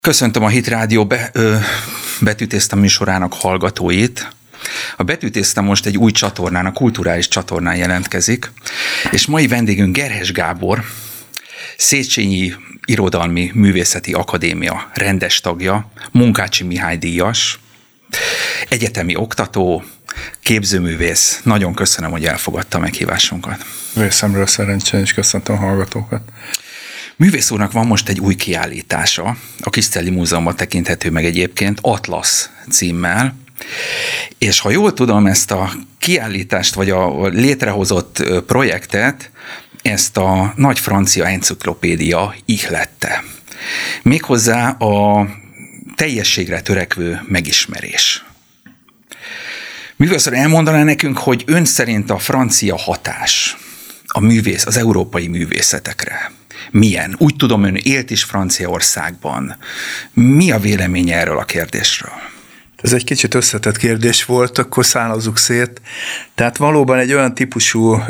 Köszöntöm a Hit Rádió Betűtészta műsorának hallgatóit. A Betűtészta most egy új csatornán, a kulturális csatornán jelentkezik, és mai vendégünk Gerhes Gábor, Széchenyi Irodalmi Művészeti Akadémia rendes tagja, Munkácsy Mihály díjas, egyetemi oktató, képzőművész. Nagyon köszönöm, hogy elfogadta a meghívásunkat. Részemről szerencsén is köszöntöm a hallgatókat. Művész úrnak van most egy új kiállítása, a Kiszteli Múzeumban tekinthető meg egyébként, Atlasz címmel, és ha jól tudom, ezt a kiállítást, vagy a létrehozott projektet, ezt a nagy francia enciklopédia ihlette. Méghozzá a teljességre törekvő megismerés. Művész úr, elmondaná nekünk, hogy ön szerint a francia hatás az európai művészetekre milyen? Úgy tudom, ön élt is Franciaországban. Mi a véleménye erről a kérdésről? Ez egy kicsit összetett kérdés volt, akkor szállazzuk szét. Tehát valóban egy olyan típusú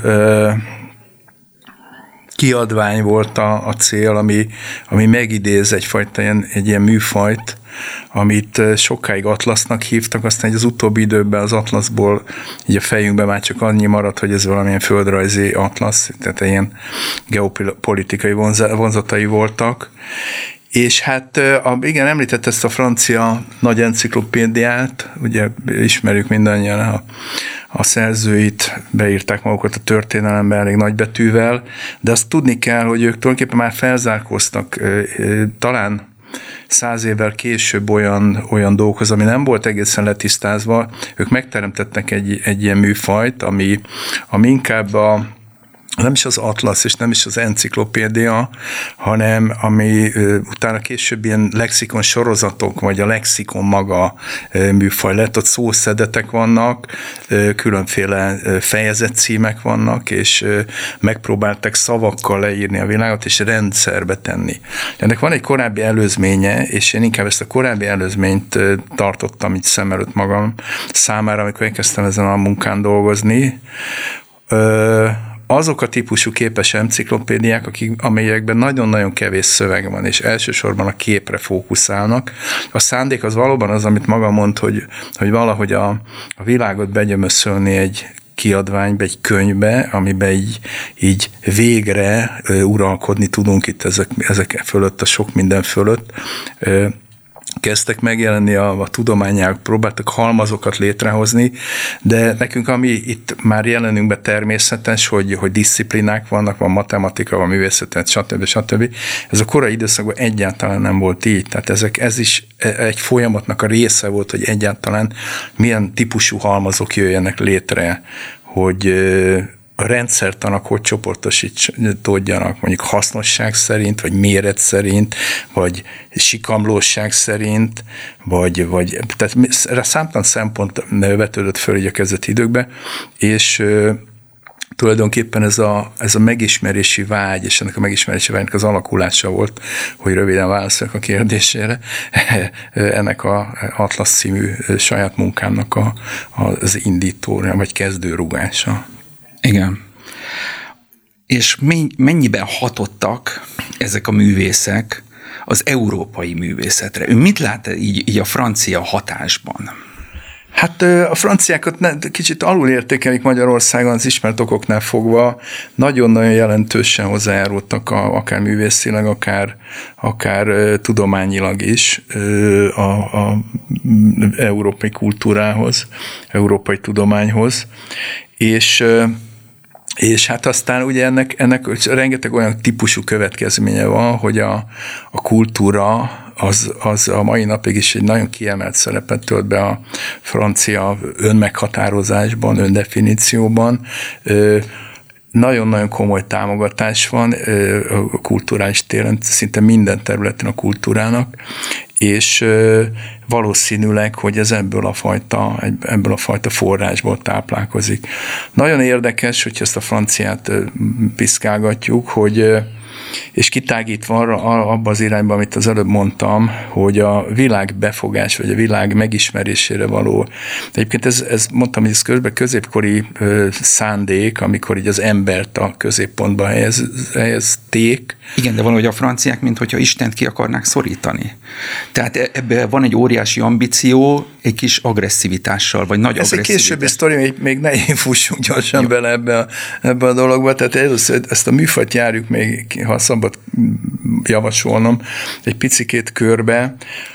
kiadvány volt a cél, ami megidéz egy ilyen műfajt, amit sokáig Atlasznak hívtak, aztán az utóbbi időben az Atlaszból így a fejünkben már csak annyi maradt, hogy ez valamilyen földrajzi atlasz, tehát ilyen geopolitikai vonzatai voltak. És hát igen, említett ezt a francia nagy enciklopédiát, ugye ismerjük mindannyian a szerzőit, beírták magukat a történelembe elég nagy betűvel, de azt tudni kell, hogy ők tulajdonképpen már felzárkóztak talán 100 évvel később olyan dolgokhoz, ami nem volt egészen letisztázva. Ők megteremtettek egy ilyen műfajt, ami inkább nem is az atlasz, és nem is az enciklopédia, hanem ami utána később ilyen lexikon sorozatok, vagy a lexikon maga műfaj lett. Ott szószedetek vannak, különféle fejezetcímek vannak, és megpróbáltak szavakkal leírni a világot, és rendszerbe tenni. Ennek van egy korábbi előzménye, és én inkább ezt a korábbi előzményt tartottam így szem előtt magam számára, amikor elkezdtem ezen a munkán dolgozni. Azok a típusú képes enciklopédiák, amelyekben nagyon-nagyon kevés szöveg van, és elsősorban a képre fókuszálnak. A szándék az valóban az, amit maga mond, hogy valahogy a világot begyömöszölni egy kiadványba, egy könyvbe, amiben így végre uralkodni tudunk itt ezek fölött, a sok minden fölött. Kezdtek megjelenni a tudományágok, próbáltak halmazokat létrehozni, de nekünk, ami itt már jelenünkben természetes, hogy disziplinák vannak, van matematika, van művészet, stb. Ez a korai időszakban egyáltalán nem volt így. Tehát ez is egy folyamatnak a része volt, hogy egyáltalán milyen típusú halmazok jöjjenek létre, hogy a rendszertanak hogy csoportosítódjanak, mondjuk hasznosság szerint, vagy méret szerint, vagy sikamlóság szerint, vagy tehát számtalan szempont vetődött föl így a kezdeti időkben, és tulajdonképpen ez a megismerési vágy, és ennek a megismerési vágynak az alakulása volt, hogy röviden válaszoljak a kérdésére, ennek a Atlasz című saját munkámnak az indítója, vagy kezdőrugása. Igen. És mennyiben hatottak ezek a művészek az európai művészetre? Ő mit lát így a francia hatásban? Hát a franciákat kicsit alulértékelik Magyarországon az ismert okoknál fogva. Nagyon-nagyon jelentősen hozzájárultak akár művészileg, akár tudományilag is a európai kultúrához, európai tudományhoz. És hát aztán ugye ennek rengeteg olyan típusú következménye van, hogy a kultúra az a mai napig is egy nagyon kiemelt szerepet tölt be a francia önmeghatározásban, öndefinícióban. Nagyon-nagyon komoly támogatás van a kulturális téren, szinte minden területen a kultúrának, és valószínűleg, hogy ez ebből a fajta forrásból táplálkozik. Nagyon érdekes, hogy ezt a franciát piszkálgatjuk, és kitágítva abba az irányba, amit az előbb mondtam, hogy a világ befogás, vagy a világ megismerésére való. Egyébként ez mondtam, hogy ez középkori szándék, amikor így az embert a középpontba helyezték, Igen, de valahogy a franciák, mintha Istent ki akarnák szorítani. Tehát ebben van egy óriási ambíció, egy kis agresszivitással, vagy nagy agresszivitással. Ez egy későbbi sztori, még ne fussunk gyorsan bele ebbe a dologba, tehát először ezt a műfajt járjuk még, ha szabad javasolnom, egy picikét körbe,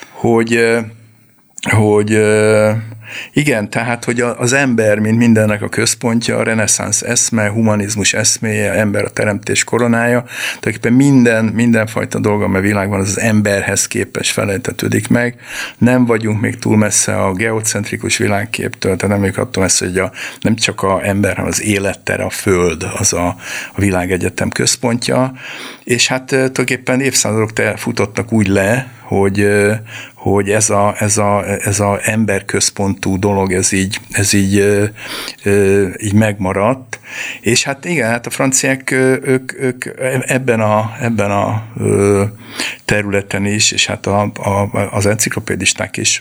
hogy igen, tehát, hogy az ember, mint mindennek a központja, a reneszánsz eszme, humanizmus eszméje, ember a teremtés koronája, tulajdonképpen mindenfajta dolga, amely világban az emberhez képes felejtetődik meg. Nem vagyunk még túl messze a geocentrikus világképtől, tehát nem vagyunk attól messze, hogy nem csak az ember, hanem az élettere, a föld, az a világegyetem központja, és hát tulajdonképpen évszázadok futottak úgy le, hogy ez a emberközpontú dolog, ez így megmaradt, és hát igen, hát a franciák ők ebben a területen is, és hát az enciklopédisták is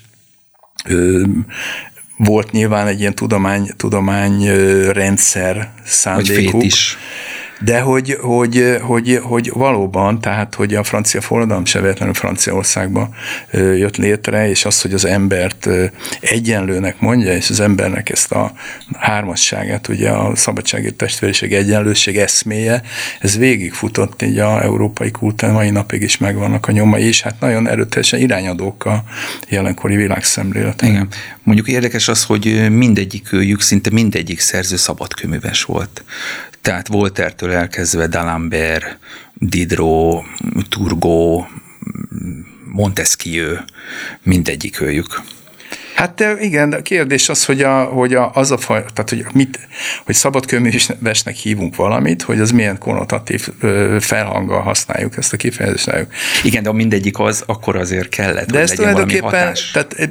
volt nyilván egy ilyen tudományrendszer szándékuk. De hogy valóban, tehát hogy a francia forradalom se véletlenül Franciaországba jött létre, és az, hogy az embert egyenlőnek mondja, és az embernek ezt a hármasságát, ugye a szabadságért, testvériség, egyenlőség eszméje, ez végigfutott így a európai kultúrán, mai napig is megvannak a nyomai, és hát nagyon erőteljesen irányadók a jelenkori világszemléletek. Igen. Mondjuk érdekes az, hogy mindegyikőjük, szinte mindegyik szerző szabadkőműves volt. Tehát Voltaire-től elkezdve D'Alembert, Diderot, Turgot, Montesquieu, mindegyik őjük. Hát igen, de a kérdés az, hogy hogy szabadkőművesnek hívunk valamit, hogy az milyen konnotatív felhanggal használjuk ezt a kifejezést. Igen, de ha mindegyik az, akkor azért kellett, de hogy legyen valami hatás.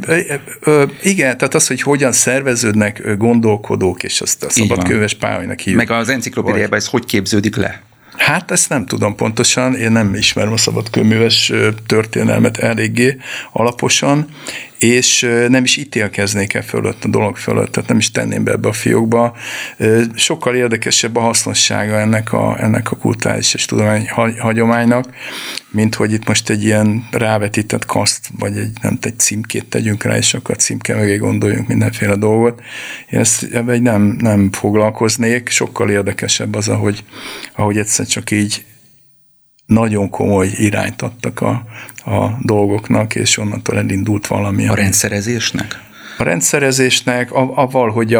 Igen, tehát az, hogy hogyan szerveződnek gondolkodók, és azt a szabadkőműves pályának hívjuk. Meg az enciklopédiában ez hogy képződik le? Hát ezt nem tudom pontosan, én nem ismerem a szabadkőműves történelmet eléggé alaposan, és nem is ítélkeznék fölött, a dolog fölött, tehát nem is tenném be ebbe a fiókba. Sokkal érdekesebb a hasznossága ennek a kulturális és tudomány hagyománynak, mint hogy itt most egy ilyen rávetített kaszt, vagy egy címkét tegyünk rá, és akkor a címke mögé gondoljunk mindenféle dolgot. Én ebben nem foglalkoznék, sokkal érdekesebb az, ahogy egyszer csak így nagyon komoly irányt adtak a dolgoknak, és onnantól elindult valami. A rendszerezésnek? A rendszerezésnek, avval, hogy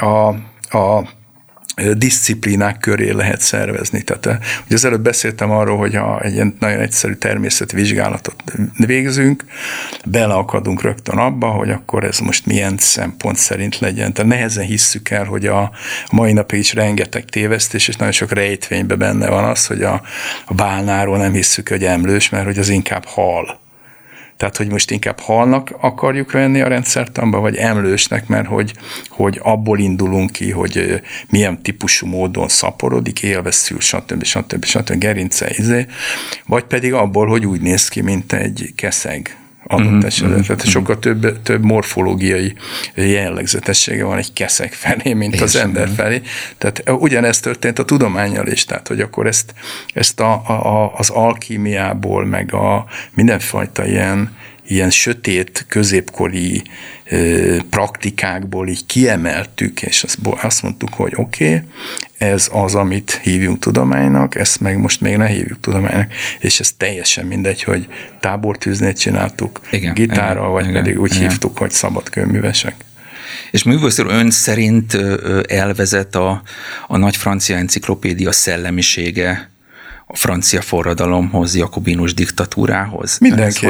a diszciplínák köré lehet szervezni. Tehát, ugye az előbb beszéltem arról, hogy ha egy ilyen nagyon egyszerű természetvizsgálatot végzünk, beleakadunk rögtön abba, hogy akkor ez most milyen szempont szerint legyen. Tehát nehezen hisszük el, hogy a mai napig is rengeteg tévesztés, és nagyon sok rejtvényben benne van az, hogy a bálnáról nem hisszük, hogy emlős, mert hogy az inkább hal. Tehát, hogy most inkább halnak akarjuk venni a rendszertamba, vagy emlősnek, mert hogy abból indulunk ki, hogy milyen típusú módon szaporodik, élveszül, stb. Gerince, vagy pedig abból, hogy úgy néz ki, mint egy keszeg adott esetben. Tehát sokkal több morfológiai jellegzetessége van egy keszeg felé, mint az ember felé. Tehát ugyanezt történt a tudománnyal is, tehát hogy akkor ezt az alkímiából, meg a mindenfajta ilyen sötét, középkori praktikákból így kiemeltük, és azt mondtuk, hogy oké, ez az, amit hívjunk tudománynak, ezt meg most még ne hívjuk tudománynak, és ez teljesen mindegy, hogy tábortűznét csináltuk, gitárral, vagy pedig úgy hívtuk, hogy szabadkőművesek. És művész úr, ön szerint elvezet a nagy francia enciklopédia szellemisége a francia forradalomhoz, jakobinus diktatúrához?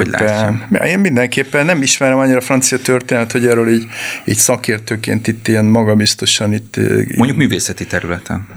Én mindenképpen nem ismerem annyira a francia történet, hogy erről így szakértőként itt ilyen magabiztosan itt... Mondjuk művészeti területen.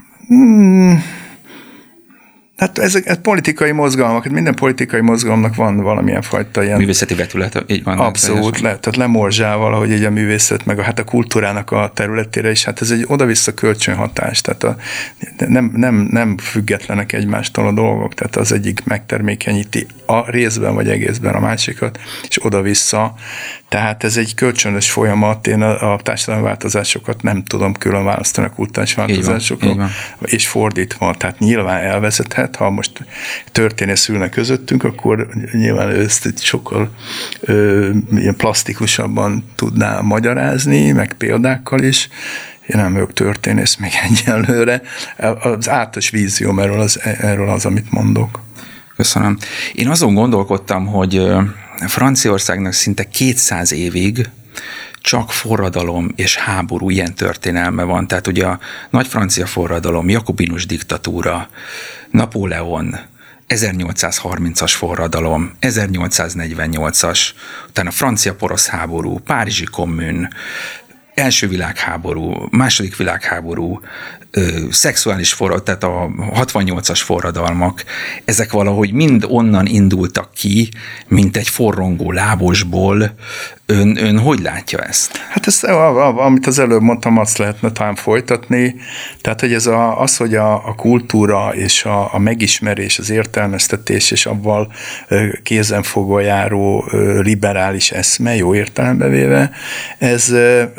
Hát ezek politikai mozgalmak, minden politikai mozgalomnak van valamilyen fajta ilyen... Művészeti vetület, így van. Abszolút, tehát lemorzsál valahogy egy a művészet, meg a kultúrának a területére is, hát ez egy oda-vissza kölcsönhatás, tehát nem függetlenek egymástól a dolgok, tehát az egyik megtermékenyíti a részben vagy egészben a másikat, és oda-vissza, tehát ez egy kölcsönös folyamat, én a társadalmi változásokat nem tudom külön választani a kulturális változásokról, és fordítva, tehát nyilván elvezethet, lehet, ha most történész ülne közöttünk, akkor nyilván ezt sokkal ilyen plastikusabban tudná magyarázni, meg példákkal is. Én nem vagyok történész még egyelőre. Az általános vízióm erről az, amit mondok. Köszönöm. Én azon gondolkodtam, hogy Franciaországnak szinte 200 évig csak forradalom és háború, ilyen történelme van. Tehát ugye a nagy francia forradalom, jakobinus diktatúra, Napóleon, 1830-as forradalom, 1848-as, utána a francia-porosz háború, párizsi kommun, első világháború, második világháború, szexuális forradalmak, tehát a 68-as forradalmak, ezek valahogy mind onnan indultak ki, mint egy forrongó lábosból. Ön hogy látja ezt? Hát ezt, amit az előbb mondtam, azt lehetne talán folytatni. Tehát, hogy ez hogy a kultúra és a megismerés, az értelmeztetés és abban kézenfogva járó liberális eszme, jó értelembe véve, ez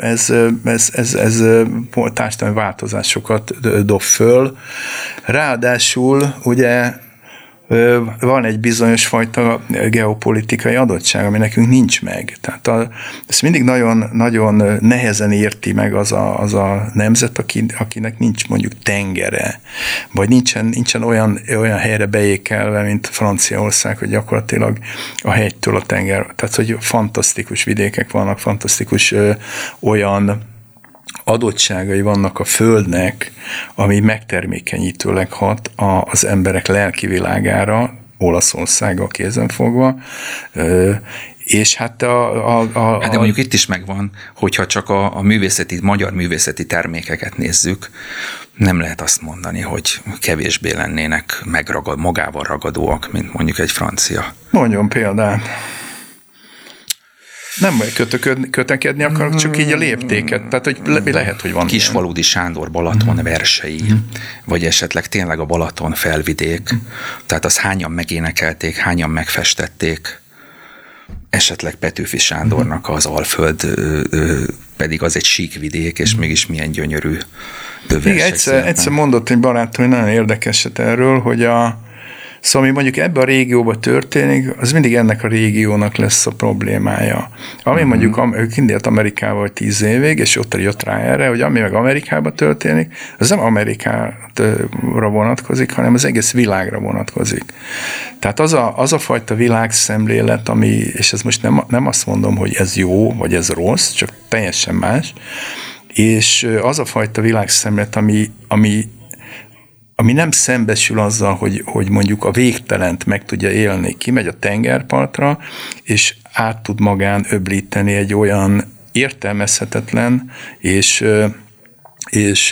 társadalmi változásokat dob föl. Ráadásul ugye van egy bizonyos fajta geopolitikai adottság, ami nekünk nincs meg. Tehát ezt mindig nagyon, nagyon nehezen érti meg az a nemzet, akinek nincs mondjuk tengere, vagy nincsen olyan helyre beékelve, mint Franciaország, hogy gyakorlatilag a hegytől a tenger. Tehát, hogy fantasztikus vidékek vannak, fantasztikus olyan adottságai vannak a földnek, ami megtermékenyítőleg hat az emberek lelki világára, Olaszországgal kézenfogva, és hát de mondjuk itt is megvan, hogyha csak a magyar művészeti termékeket nézzük, nem lehet azt mondani, hogy kevésbé lennének magával ragadóak, mint mondjuk egy francia. Mondjon példát. Nem kötekedni akarok, csak így a léptéket. Tehát, hogy lehet, hogy van. Kisfaludi Sándor Balaton versei, vagy esetleg tényleg a Balaton felvidék. Tehát az hányan megénekelték, hányan megfestették. Esetleg Petőfi Sándornak az Alföld pedig az egy sík vidék, és mégis milyen gyönyörű versek. Egyszer mondott egy barátom, hogy nagyon érdekeset erről, hogy szóval, ami mondjuk ebben a régióban történik, az mindig ennek a régiónak lesz a problémája. Ami mondjuk, ők indult Amerikával 10 évig, és ott jött rá erre, hogy ami meg Amerikában történik, az nem Amerikára vonatkozik, hanem az egész világra vonatkozik. Tehát az a fajta világszemlélet, ami, és ez most nem azt mondom, hogy ez jó, vagy ez rossz, csak teljesen más, és az a fajta világszemlélet, ami nem szembesül azzal, hogy mondjuk a végtelent meg tudja élni, kimegy a tengerpartra, és át tud magán öblíteni egy olyan értelmezhetetlen és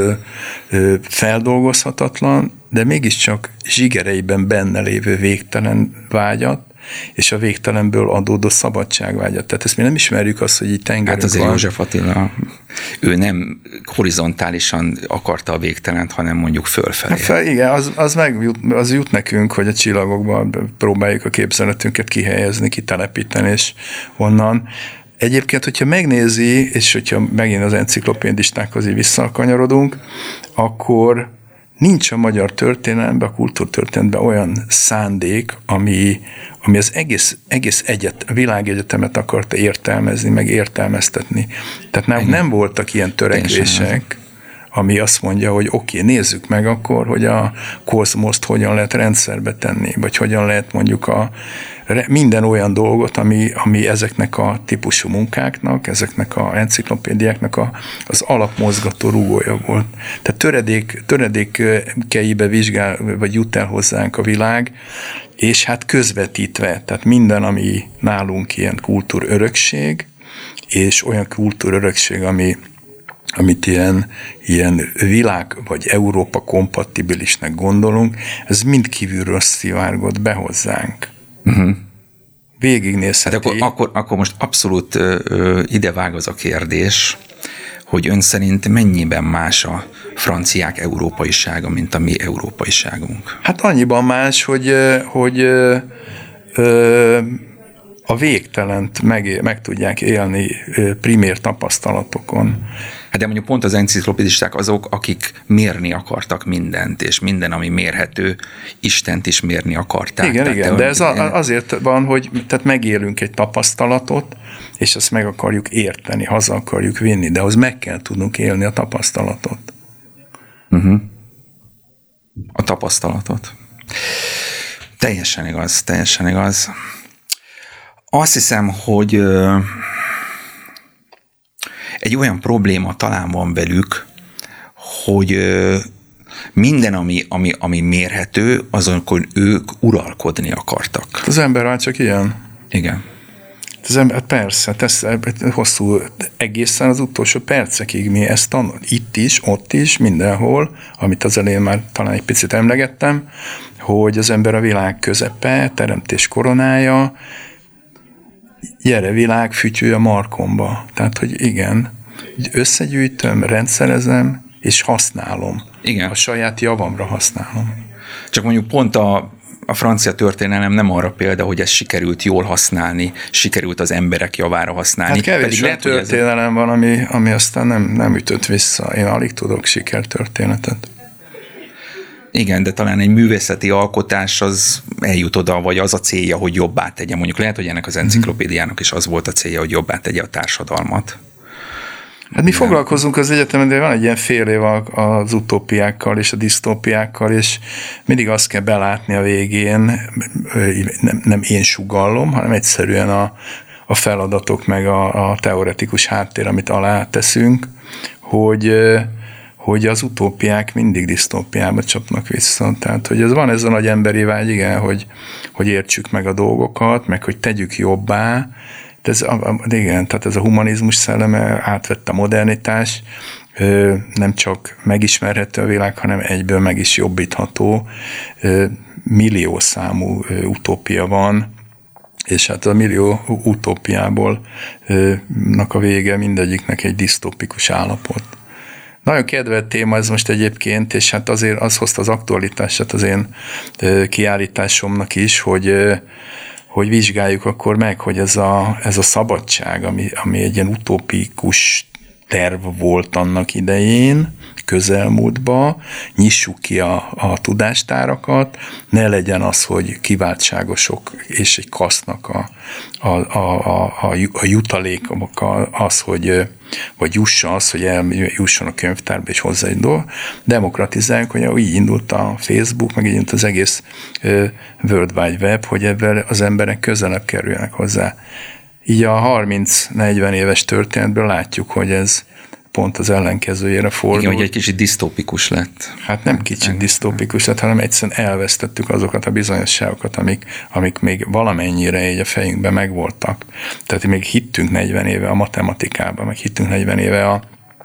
feldolgozhatatlan, de mégiscsak zsigereiben benne lévő végtelen vágyat, és a végtelenből adódó szabadságvágyat. Tehát ezt mi nem ismerjük azt, hogy így tengerünk Hát azért József Attila, ő nem horizontálisan akarta a végtelent, hanem mondjuk fölfelé. Igen, az jut nekünk, hogy a csillagokban próbáljuk a képzeletünket kihelyezni, kitelepíteni, és onnan. Egyébként, hogyha megnézi, és hogyha megint az enciklopédistákhoz így visszakanyarodunk, akkor nincs a magyar történelemben, a kultúrtörténelemben olyan szándék, ami az egész világegyetemet akarta értelmezni, meg értelmeztetni. Tehát nem voltak ilyen törekvések, ami azt mondja, hogy oké, nézzük meg akkor, hogy a kozmoszt hogyan lehet rendszerbe tenni, vagy hogyan lehet mondjuk minden olyan dolgot, ami ezeknek a típusú munkáknak, ezeknek a enciklopédiáknak az alapmozgató rúgója volt. Tehát töredékeibe vizsgál, vagy jut el hozzánk a világ, és hát közvetítve, tehát minden, ami nálunk ilyen kultúrörökség, és olyan kultúrörökség, amit ilyen világ vagy Európa kompatibilisnek gondolunk, ez mind kívülről szivárgott be hozzánk. Végignézheti. Hát akkor most abszolút idevág az a kérdés, hogy ön szerint mennyiben más a franciák európaisága, mint a mi európaiságunk? Hát annyiban más, hogy a végtelent meg tudják élni primér tapasztalatokon. Hát de mondjuk pont az enciklopédisták azok, akik mérni akartak mindent, és minden, ami mérhető, Istent is mérni akarták. Igen, de ez azért van, hogy tehát megélünk egy tapasztalatot, és azt meg akarjuk érteni, haza akarjuk vinni, de ahhoz meg kell tudnunk élni a tapasztalatot. A tapasztalatot. Teljesen igaz, teljesen igaz. Azt hiszem, hogy egy olyan probléma talán van velük, hogy minden, ami mérhető, azon ők uralkodni akartak. Az ember már csak ilyen. Igen. Az ember, persze, hosszú, egészen az utolsó percekig mi ezt itt is, ott is, mindenhol, amit az elején már talán egy picit emlegettem, hogy az ember a világ közepe, teremtés koronája, gyere világ, fütyülj a markomba. Tehát, hogy igen, összegyűjtöm, rendszerezem, és használom. Igen. A saját javamra használom. Csak mondjuk pont a francia történelem nem arra példa, hogy ezt sikerült jól használni, sikerült az emberek javára használni. Hát kevés olyan történelem van, ami aztán nem ütött vissza. Én alig tudok sikertörténetet. Igen, de talán egy művészeti alkotás az eljut oda, vagy az a célja, hogy jobbá tegye. Mondjuk lehet, hogy ennek az enciklopédiának is az volt a célja, hogy jobbá tegye a társadalmat. Hát mi foglalkozunk az egyetemen, de van egy ilyen fél év az utópiákkal és a disztópiákkal, és mindig azt kell belátni a végén, nem én sugallom, hanem egyszerűen a feladatok meg a teoretikus háttér, amit alá teszünk, hogy az utópiák mindig disztópiába csapnak vissza. Tehát, hogy ez van ez a nagy emberi vágy, igen, hogy értsük meg a dolgokat, meg hogy tegyük jobbá. Igen, tehát ez a humanizmus szelleme átvette a modernitás, nem csak megismerhető a világ, hanem egyből meg is jobbítható. Millió számú utópia van, és hát a millió utópiából a vége mindegyiknek egy disztópikus állapot. Nagyon kedvelt téma ez most egyébként, és hát azért az hozta az aktualitását az én kiállításomnak is, hogy vizsgáljuk akkor meg, hogy ez a szabadság, ami egy ilyen utópikus terv volt annak idején, közelmúltban, nyissuk ki a tudástárakat, ne legyen az, hogy kiváltságosok és egy kasznak a jutalékok az, hogy vagy jussa az, hogy eljusson a könyvtárba és hozzáindul, demokratizáljuk, hogy így indult a Facebook, meg így indult az egész World Wide Web, hogy ebben az emberek közelebb kerüljenek hozzá. Így a 30-40 éves történetből látjuk, hogy ez pont az ellenkezőjére fordul. Igen, hogy egy kicsit disztópikus lett. Hát nem kicsit disztópikus lett, hanem egyszerűen elvesztettük azokat a bizonyosságokat, amik még valamennyire így a fejünkben megvoltak. Tehát még hittünk 40 éve a matematikában, meg hittünk 40 éve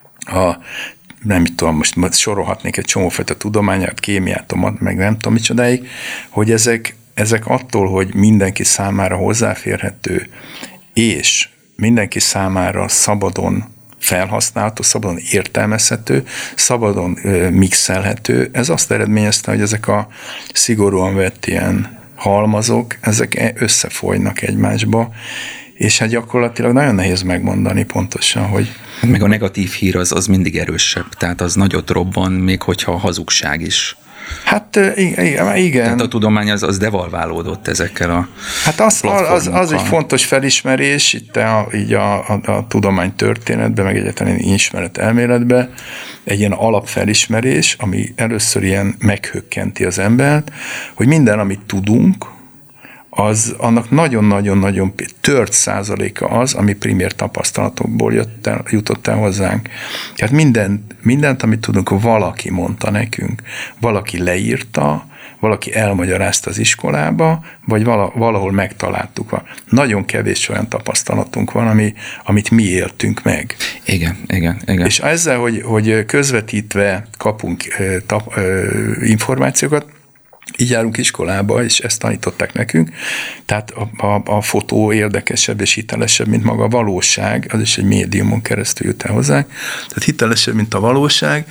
nem tudom, most sorolhatnék egy csomófajta tudományát, kémiát, meg nem tudom micsodáig, hogy ezek attól, hogy mindenki számára hozzáférhető, és mindenki számára szabadon felhasználható, szabadon értelmezhető, szabadon mixelhető. Ez azt eredményezte, hogy ezek a szigorúan vett ilyen halmazok, ezek összefolynak egymásba, és hát gyakorlatilag nagyon nehéz megmondani pontosan, hogy... Meg a negatív hír az mindig erősebb, tehát az nagyot robban, még hogyha a hazugság is. Hát igen. Tehát a tudomány az devalválódott ezekkel a hát az egy fontos felismerés itt a tudomány történetben, meg egyáltalán ismeret elméletben, egy ilyen alapfelismerés, ami először ilyen meghökkenti az embert, hogy minden, amit tudunk, annak nagyon-nagyon-nagyon tört százaléka az, ami primér tapasztalatokból jutott el hozzánk. Tehát mindent, amit tudunk, valaki mondta nekünk, valaki leírta, valaki elmagyarázta az iskolába, vagy valahol megtaláltuk. Nagyon kevés olyan tapasztalatunk van, amit mi éltünk meg. Igen. És ezzel, hogy közvetítve kapunk információkat, így járunk iskolába, és ezt tanították nekünk. Tehát a fotó érdekesebb és hitelesebb, mint maga a valóság, az is egy médiumon keresztül jut el hozzánk. Tehát hitelesebb, mint a valóság,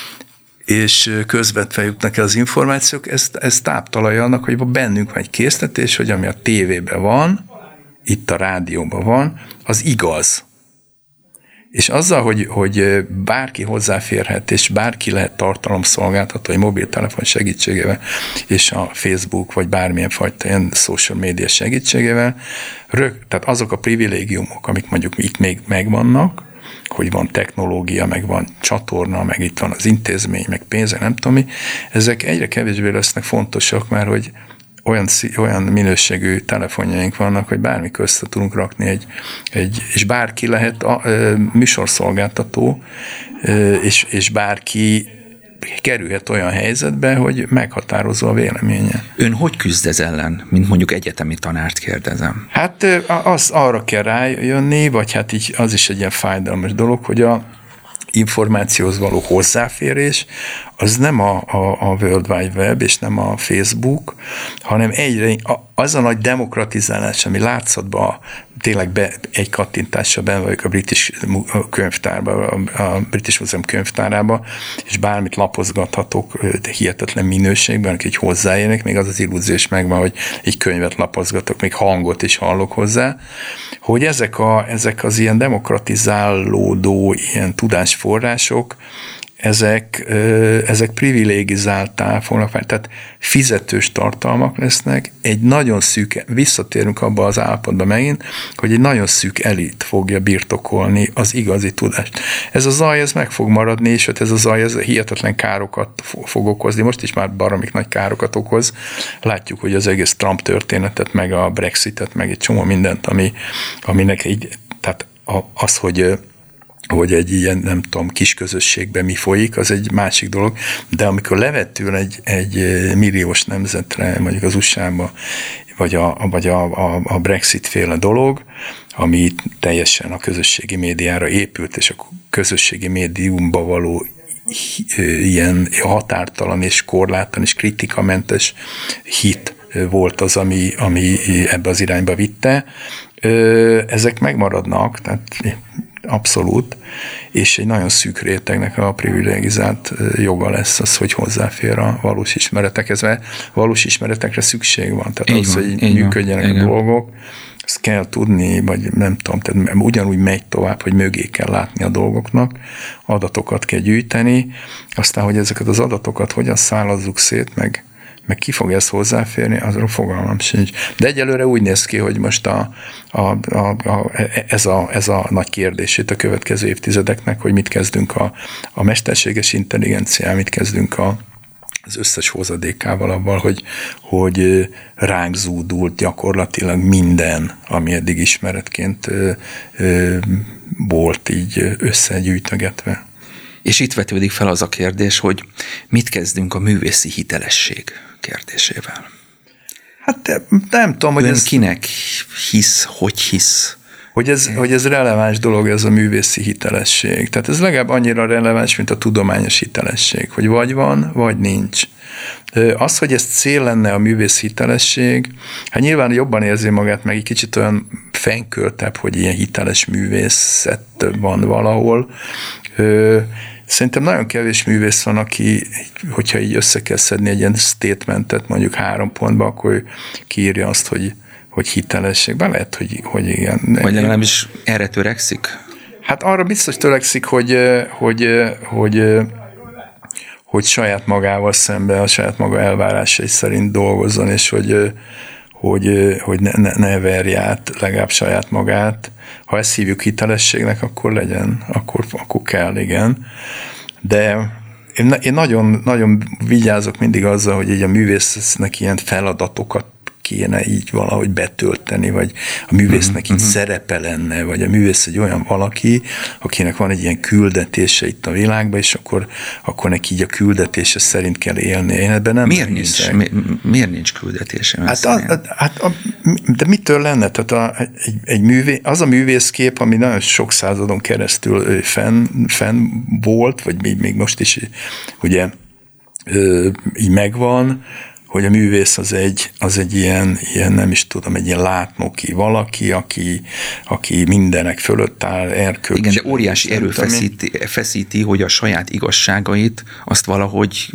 és közvetve jutnak el az információk, ez táptalaja annak, hogy bennünk van egy késztetés, hogy ami a tévében van, itt a rádióban van, az igaz. És azzal, hogy bárki hozzáférhet, és bárki lehet tartalomszolgáltató, egy mobiltelefon segítségével, és a Facebook, vagy bármilyen fajta ilyen social media segítségével, tehát azok a privilégiumok, amik mondjuk itt még megvannak, hogy van technológia, meg van csatorna, meg itt van az intézmény, meg pénze, nem tudom mi, ezek egyre kevésbé lesznek fontosak, mert hogy olyan minőségű telefonjaink vannak, hogy bármi közte tudunk rakni és bárki lehet műsorszolgáltató, és bárki kerülhet olyan helyzetbe, hogy meghatározó a véleménye. Ön hogy küzd ez ellen, mint mondjuk egyetemi tanárt kérdezem? Hát arra kell rájönni, vagy hát így az is egy ilyen fájdalmas dolog, hogy a információhoz való hozzáférés, az nem a World Wide Web és nem a Facebook, hanem az a nagy demokratizálás, ami látszatban tényleg egy kattintással benn vagyok a British könyvtárban, a British Museum könyvtárában, és bármit lapozgathatok hihetetlen minőségben, akik így hozzáérnek, még az illúzió is megvan, hogy egy könyvet lapozgatok, még hangot is hallok hozzá, hogy ezek az ilyen demokratizálódó ilyen tudásforrások, ezek privilegizáltá fognak válni. Tehát fizetős tartalmak lesznek, egy nagyon szűk, visszatérünk abba az állapotba megint, hogy egy nagyon szűk elit fogja birtokolni az igazi tudást. Ez a zaj, ez meg fog maradni, és ez a zaj, ez hihetetlen károkat fog okozni. Most is már baromik nagy károkat okoz. Látjuk, hogy az egész Trump történetet, meg a Brexitet, meg egy csomó mindent, aminek így, tehát az, hogy egy ilyen, nem tudom, kis közösségben mi folyik, az egy másik dolog, de amikor levetül egy milliós nemzetre, mondjuk az USA-ba, vagy a Brexit-féle dolog, ami teljesen a közösségi médiára épült, és a közösségi médiumba való ilyen határtalan és korlátlan és kritikamentes hit volt az, ami ebbe az irányba vitte. Ezek megmaradnak, tehát abszolút, és egy nagyon szűk rétegnek a privilegizált joga lesz az, hogy hozzáfér a valós ismeretekhez, mert valós ismeretekre szükség van. Tehát az, hogy működjenek a dolgok, ezt kell tudni, vagy nem tudom, tehát ugyanúgy megy tovább, hogy mögé kell látni a dolgoknak, adatokat kell gyűjteni, aztán, hogy ezeket az adatokat hogyan szállazzuk szét, meg ki fog ezt hozzáférni, azról fogalmam sincs. De egyelőre úgy néz ki, hogy most ez a nagy kérdés itt a következő évtizedeknek, hogy mit kezdünk a mesterséges intelligenciával, mit kezdünk az összes hozadékával abban, hogy ránk zúdult gyakorlatilag minden, ami eddig ismeretként volt így összegyűjtögetve. És itt vetődik fel az a kérdés, hogy mit kezdünk a művészi hitelesség kérdésével. Hát nem tudom, hogy ön kinek hisz, hogy hisz? Hogy ez releváns dolog, ez a művészi hitelesség. Tehát ez legalább annyira releváns, mint a tudományos hitelesség, hogy vagy van, vagy nincs. Az, hogy ez cél lenne a művészi hitelesség, hát nyilván jobban érzi magát, meg egy kicsit olyan fenyköltebb, hogy ilyen hiteles művészet van valahol. Szerintem nagyon kevés művész van, aki, hogyha így össze kell szedni egy ilyen statementet, mondjuk 3 pontba, akkor kiírja azt, hogy hitelesség. Bár lehet, hogy igen. Vagy legalábbis erre törekszik? Hát arra biztos törekszik, hogy saját magával szemben, a saját maga elvárásai szerint dolgozzon, és hogy ne verje át legalább saját magát. Ha ezt hívjuk hitelességnek, akkor legyen, akkor kell, igen. De én nagyon, nagyon vigyázok mindig azzal, hogy így a művésznek ilyen feladatokat kéne így valahogy betölteni, vagy a művésznek így szerepe lenne, vagy a művész egy olyan valaki, akinek van egy ilyen küldetése itt a világban, és akkor neki így a küldetése szerint kell élni. Én ebben nem Miért nincs küldetése? De mitől lenne? Tehát az a művészkép, ami nagyon sok századon keresztül fenn volt, vagy még most is ugye így megvan, hogy a művész az egy ilyen nem is tudom, egy ilyen látnoki valaki, aki mindenek fölött áll, erkölcs. Igen, de óriási erő feszíti, hogy a saját igazságait azt valahogy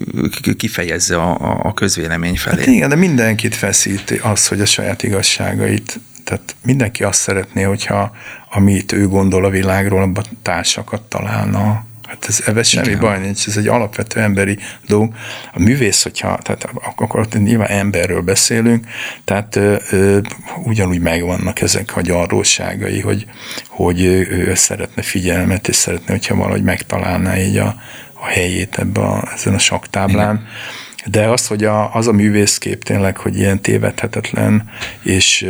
kifejezze a közvélemény felé. Hát igen, de mindenkit feszíti az, hogy a saját igazságait. Tehát mindenki azt szeretné, hogyha amit ő gondol a világról, abban társakat találna. Hát ebben semmi baj nincs, ez egy alapvető emberi dolog. A művész, tehát akkor nyilván emberről beszélünk, tehát ugyanúgy megvannak ezek a gyarlóságai, hogy ő szeretne figyelmet, és szeretne, hogyha valahogy megtalálná így a helyét ezen a sakktáblán. Igen. De az, hogy az a művészkép tényleg, hogy ilyen tévedhetetlen, és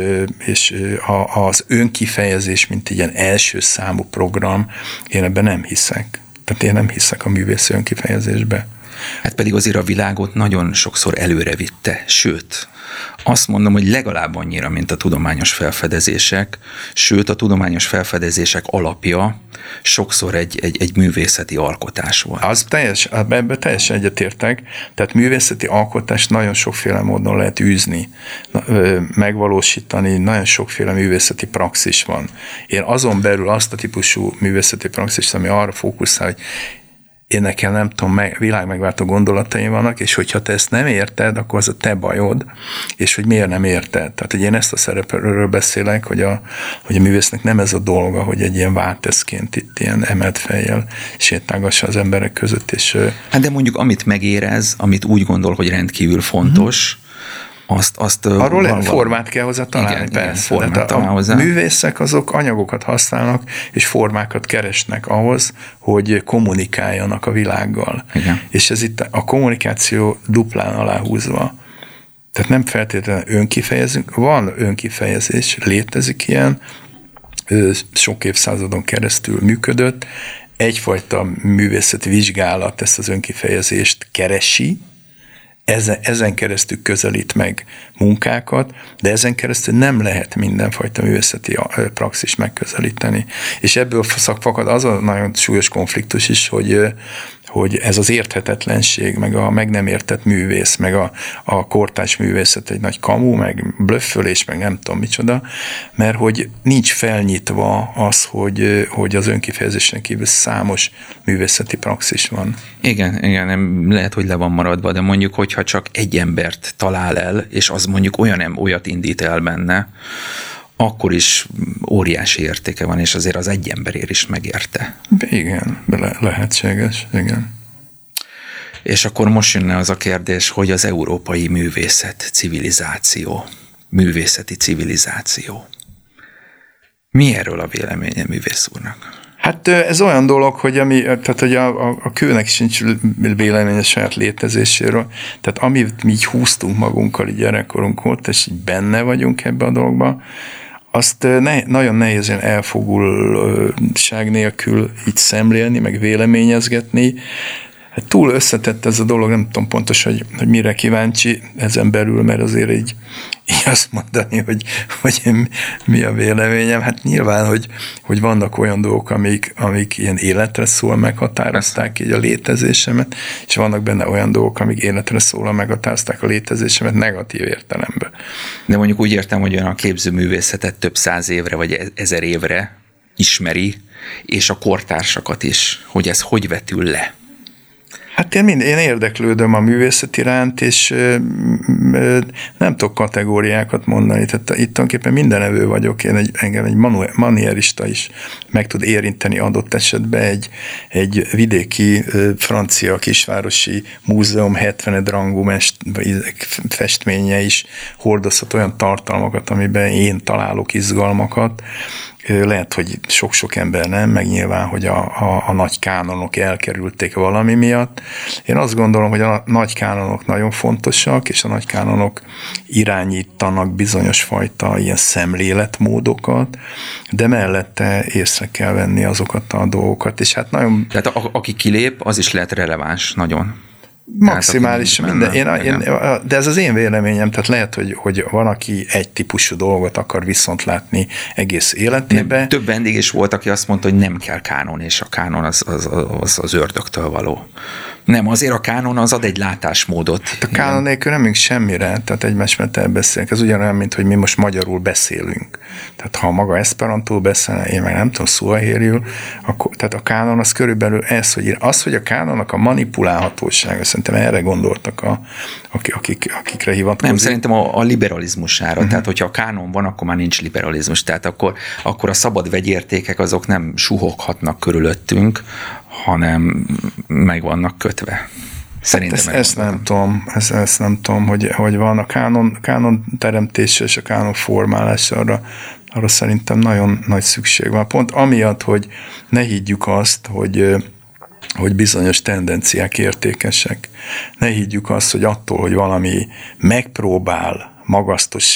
az önkifejezés, mint egy ilyen első számú program, én ebben nem hiszek. Tehát én nem hiszek a művész önkifejezésbe. Hát pedig azért a világot nagyon sokszor előre vitte, sőt, azt mondom, hogy legalább annyira, mint a tudományos felfedezések, sőt a tudományos felfedezések alapja sokszor egy művészeti alkotás volt. Ebben teljesen egyetértek, tehát művészeti alkotást nagyon sokféle módon lehet űzni, megvalósítani, nagyon sokféle művészeti praxis van. Én azon belül azt a típusú művészeti praxist, ami arra fókuszál, hogy én nekem nem tudom, világmegváltó gondolataim vannak, és hogyha te ezt nem érted, akkor az a te bajod, és hogy miért nem érted. Tehát, hogy én ezt a szerepről beszélek, hogy a művésznek nem ez a dolga, hogy egy ilyen válteszként itt ilyen emelt fejjel sétálgassa az emberek között. És, hát de mondjuk, amit megérez, amit úgy gondol, hogy rendkívül fontos, azt arról formát kell hozzá találni, igen, persze. Igen, a művészek azok anyagokat használnak, és formákat keresnek ahhoz, hogy kommunikáljanak a világgal. Igen. És ez itt a kommunikáció duplán aláhúzva. Tehát nem feltétlenül önkifejezünk, van önkifejezés, létezik ilyen, sok évszázadon keresztül működött, egyfajta művészeti vizsgálat ezt az önkifejezést keresi, ezen keresztül közelít meg munkákat, de ezen keresztül nem lehet mindenfajta művészeti praxis megközelíteni. És ebből fakad az a nagyon súlyos konfliktus is, hogy ez az érthetetlenség, meg a meg nem értett művész, meg a kortárs művészet egy nagy kamu, meg blöffölés, meg nem tudom micsoda, mert hogy nincs felnyitva az, hogy az önkifejezésen kívül számos művészeti praxis van. Igen, lehet, hogy le van maradva, de mondjuk, hogyha csak egy embert talál el, és az mondjuk olyat indít el benne, akkor is óriási értéke van, és azért az egy emberért is megérte. Igen, lehetséges, igen. És akkor most jönne az a kérdés, hogy az európai művészeti civilizáció. Mi erről a véleménye művész úrnak? Hát ez olyan dolog, hogy a kőnek sincs véleménye saját létezéséről, tehát amit mi így húztunk magunkkal így gyerekkorunk ott, és így benne vagyunk ebbe a dologba, azt nagyon nehéz ilyen elfogultság nélkül így szemlélni, meg véleményezgetni. Hát túl összetett ez a dolog, nem tudom pontosan, hogy mire kíváncsi ezen belül, mert azért így azt mondani, hogy mi a véleményem. Hát nyilván, hogy vannak olyan dolgok, amik ilyen életre szól, meghatározták így a létezésemet, és vannak benne olyan dolgok, amik életre szól, meghatározták a létezésemet negatív értelemben. De mondjuk úgy értem, hogy olyan a képzőművészetet több 100 évre, vagy 1000 évre ismeri, és a kortársakat is, hogy ez hogy vetül le. Hát én érdeklődöm a művészet iránt, és nem tudok kategóriákat mondani. Tehát itt tulajdonképpen mindenevő vagyok. Engem egy manierista is meg tud érinteni adott esetben egy vidéki francia kisvárosi múzeum 70. rangú festménye is hordozhat olyan tartalmakat, amiben én találok izgalmakat. Lehet, hogy sok-sok ember nem, meg nyilván, hogy a nagy kánonok elkerülték valami miatt. Én azt gondolom, hogy a nagy kánonok nagyon fontosak, és a nagy kánonok irányítanak bizonyos fajta ilyen szemléletmódokat, de mellette észre kell venni azokat a dolgokat, és hát nagyon... Tehát aki kilép, az is lehet releváns nagyon. Maximális minden. De ez az én véleményem, tehát lehet, hogy van, aki egy típusú dolgot akar viszont látni egész életében. Több vendég is volt, aki azt mondta, hogy nem kell kánon, és a kánon az ördögtől való. Nem, azért a kánon az ad egy látásmódot. A kánon nélkül nem semmire, tehát egymás mellett elbeszélünk. Ez ugyanolyan, mint hogy mi most magyarul beszélünk. Tehát ha maga eszperantól beszél, én meg nem tudom szuahéliul, akkor tehát a kánon az körülbelül ez, hogy a kánonnak a manipulálhatósága, szerintem erre gondoltak, akikre hivatkozik. Nem, szerintem a liberalizmusára. Tehát, hogyha a kánon van, akkor már nincs liberalizmus. Tehát akkor a szabad vegyértékek azok nem suhoghatnak körülöttünk, hanem meg vannak kötve. Szerintem ezt nem tudom, hogy van a kánon teremtése és a kánon formálása, arra szerintem nagyon nagy szükség van. Pont amiatt, hogy ne higgyük azt, hogy bizonyos tendenciák értékesek. Ne higgyük azt, hogy attól, hogy valami megpróbál magasztos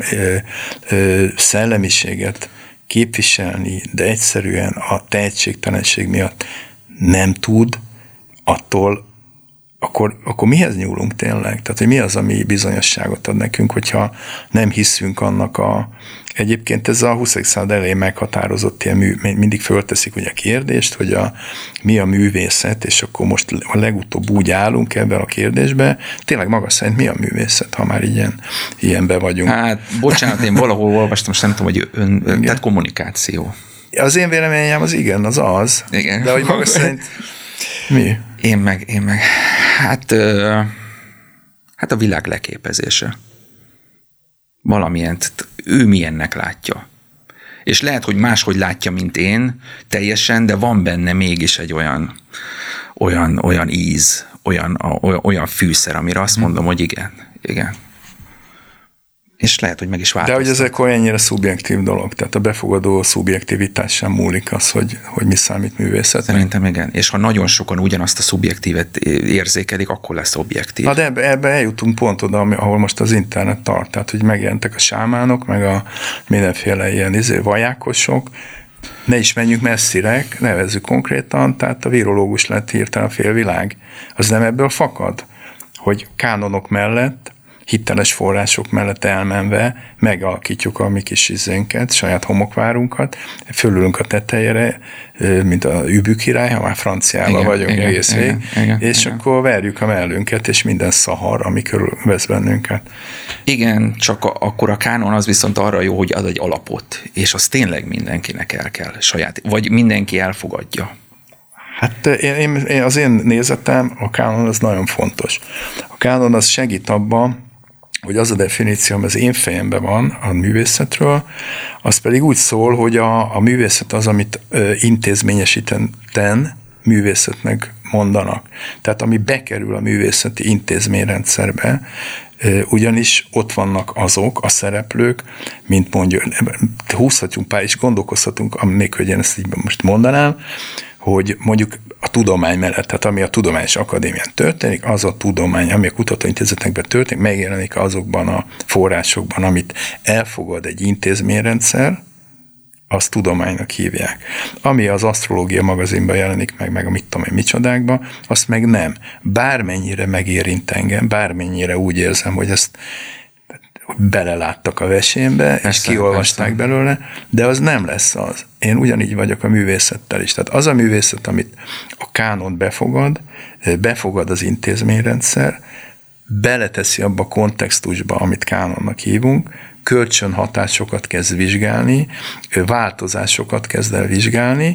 szellemiséget képviselni, de egyszerűen a tehetségtelenség miatt nem tud, attól akkor mihez nyúlunk tényleg? Tehát, hogy mi az, ami bizonyosságot ad nekünk, hogyha nem hiszünk annak Egyébként ez a 20. század elején meghatározott ilyen mindig fölteszik ugye a kérdést, hogy mi a művészet, és akkor most a legutóbb úgy állunk ebben a kérdésbe, tényleg maga szerint mi a művészet, ha már ilyenben vagyunk? Hát, bocsánat, én valahol olvastam, most nem tudom, hogy tehát kommunikáció. Az én véleményem az igen, az. Igen. De hogy maga szerint mi? Én meg hát a világ leképezése. Valamilyen, ő milyennek látja. És lehet, hogy máshogy látja, mint én, teljesen, de van benne mégis egy olyan íz, olyan fűszer, amire azt mondom, hogy igen. És lehet, hogy meg is változtat. De hogy ezek olyannyira szubjektív dolog, tehát a befogadó szubjektivitás sem múlik az, hogy mi számít művészet. Szerintem igen, és ha nagyon sokan ugyanazt a szubjektívet érzékelik, akkor lesz objektív. Na de ebbe eljutunk pont oda, ahol most az internet tart, tehát hogy megjelentek a sámánok, meg a mindenféle ilyen vajákosok, ne is menjünk messzire, nevezzük konkrétan, tehát a virológus lett hirtelen a félvilág. Az nem ebből fakad, hogy kánonok mellett, hiteles források mellett elmenve megalakítjuk a mi kis izénket, saját homokvárunkat, fölülünk a tetejére, mint a Übű király, ha már franciában vagyunk egész vég, és akkor verjük a mellünket, és minden szahar, ami körülvesz bennünket. Igen, csak akkor a kánon az viszont arra jó, hogy ad egy alapot, és az tényleg mindenkinek el kell saját, vagy mindenki elfogadja. Hát az én nézetem, a kánon az nagyon fontos. A kánon az segít abban, hogy az a definíció, ami az én fejemben van a művészetről, az pedig úgy szól, hogy a művészet az, amit intézményesíteten művészetnek mondanak. Tehát ami bekerül a művészeti intézményrendszerbe, ugyanis ott vannak azok a szereplők, mint mondjuk, húzhatjunk pár és gondolkozhatunk, annélkül, hogy én ezt így most mondanám, hogy mondjuk a tudomány mellett, tehát ami a Tudományos Akadémián történik, az a tudomány, ami a kutatóintézetekben történik, megjelenik azokban a forrásokban, amit elfogad egy intézményrendszer, azt tudománynak hívják. Ami az asztrológia magazinban jelenik meg a mit tudom én micsodákban, azt meg nem. Bármennyire megérint engem, bármennyire úgy érzem, hogy ezt beleláttak a vesémbe, és kiolvasták belőle, de az nem lesz az. Én ugyanígy vagyok a művészettel is. Tehát az a művészet, amit a kánon befogad az intézményrendszer, beleteszi abba a kontextusba, amit kánonnak hívunk, kölcsönhatásokat kezd vizsgálni, változásokat kezd el vizsgálni,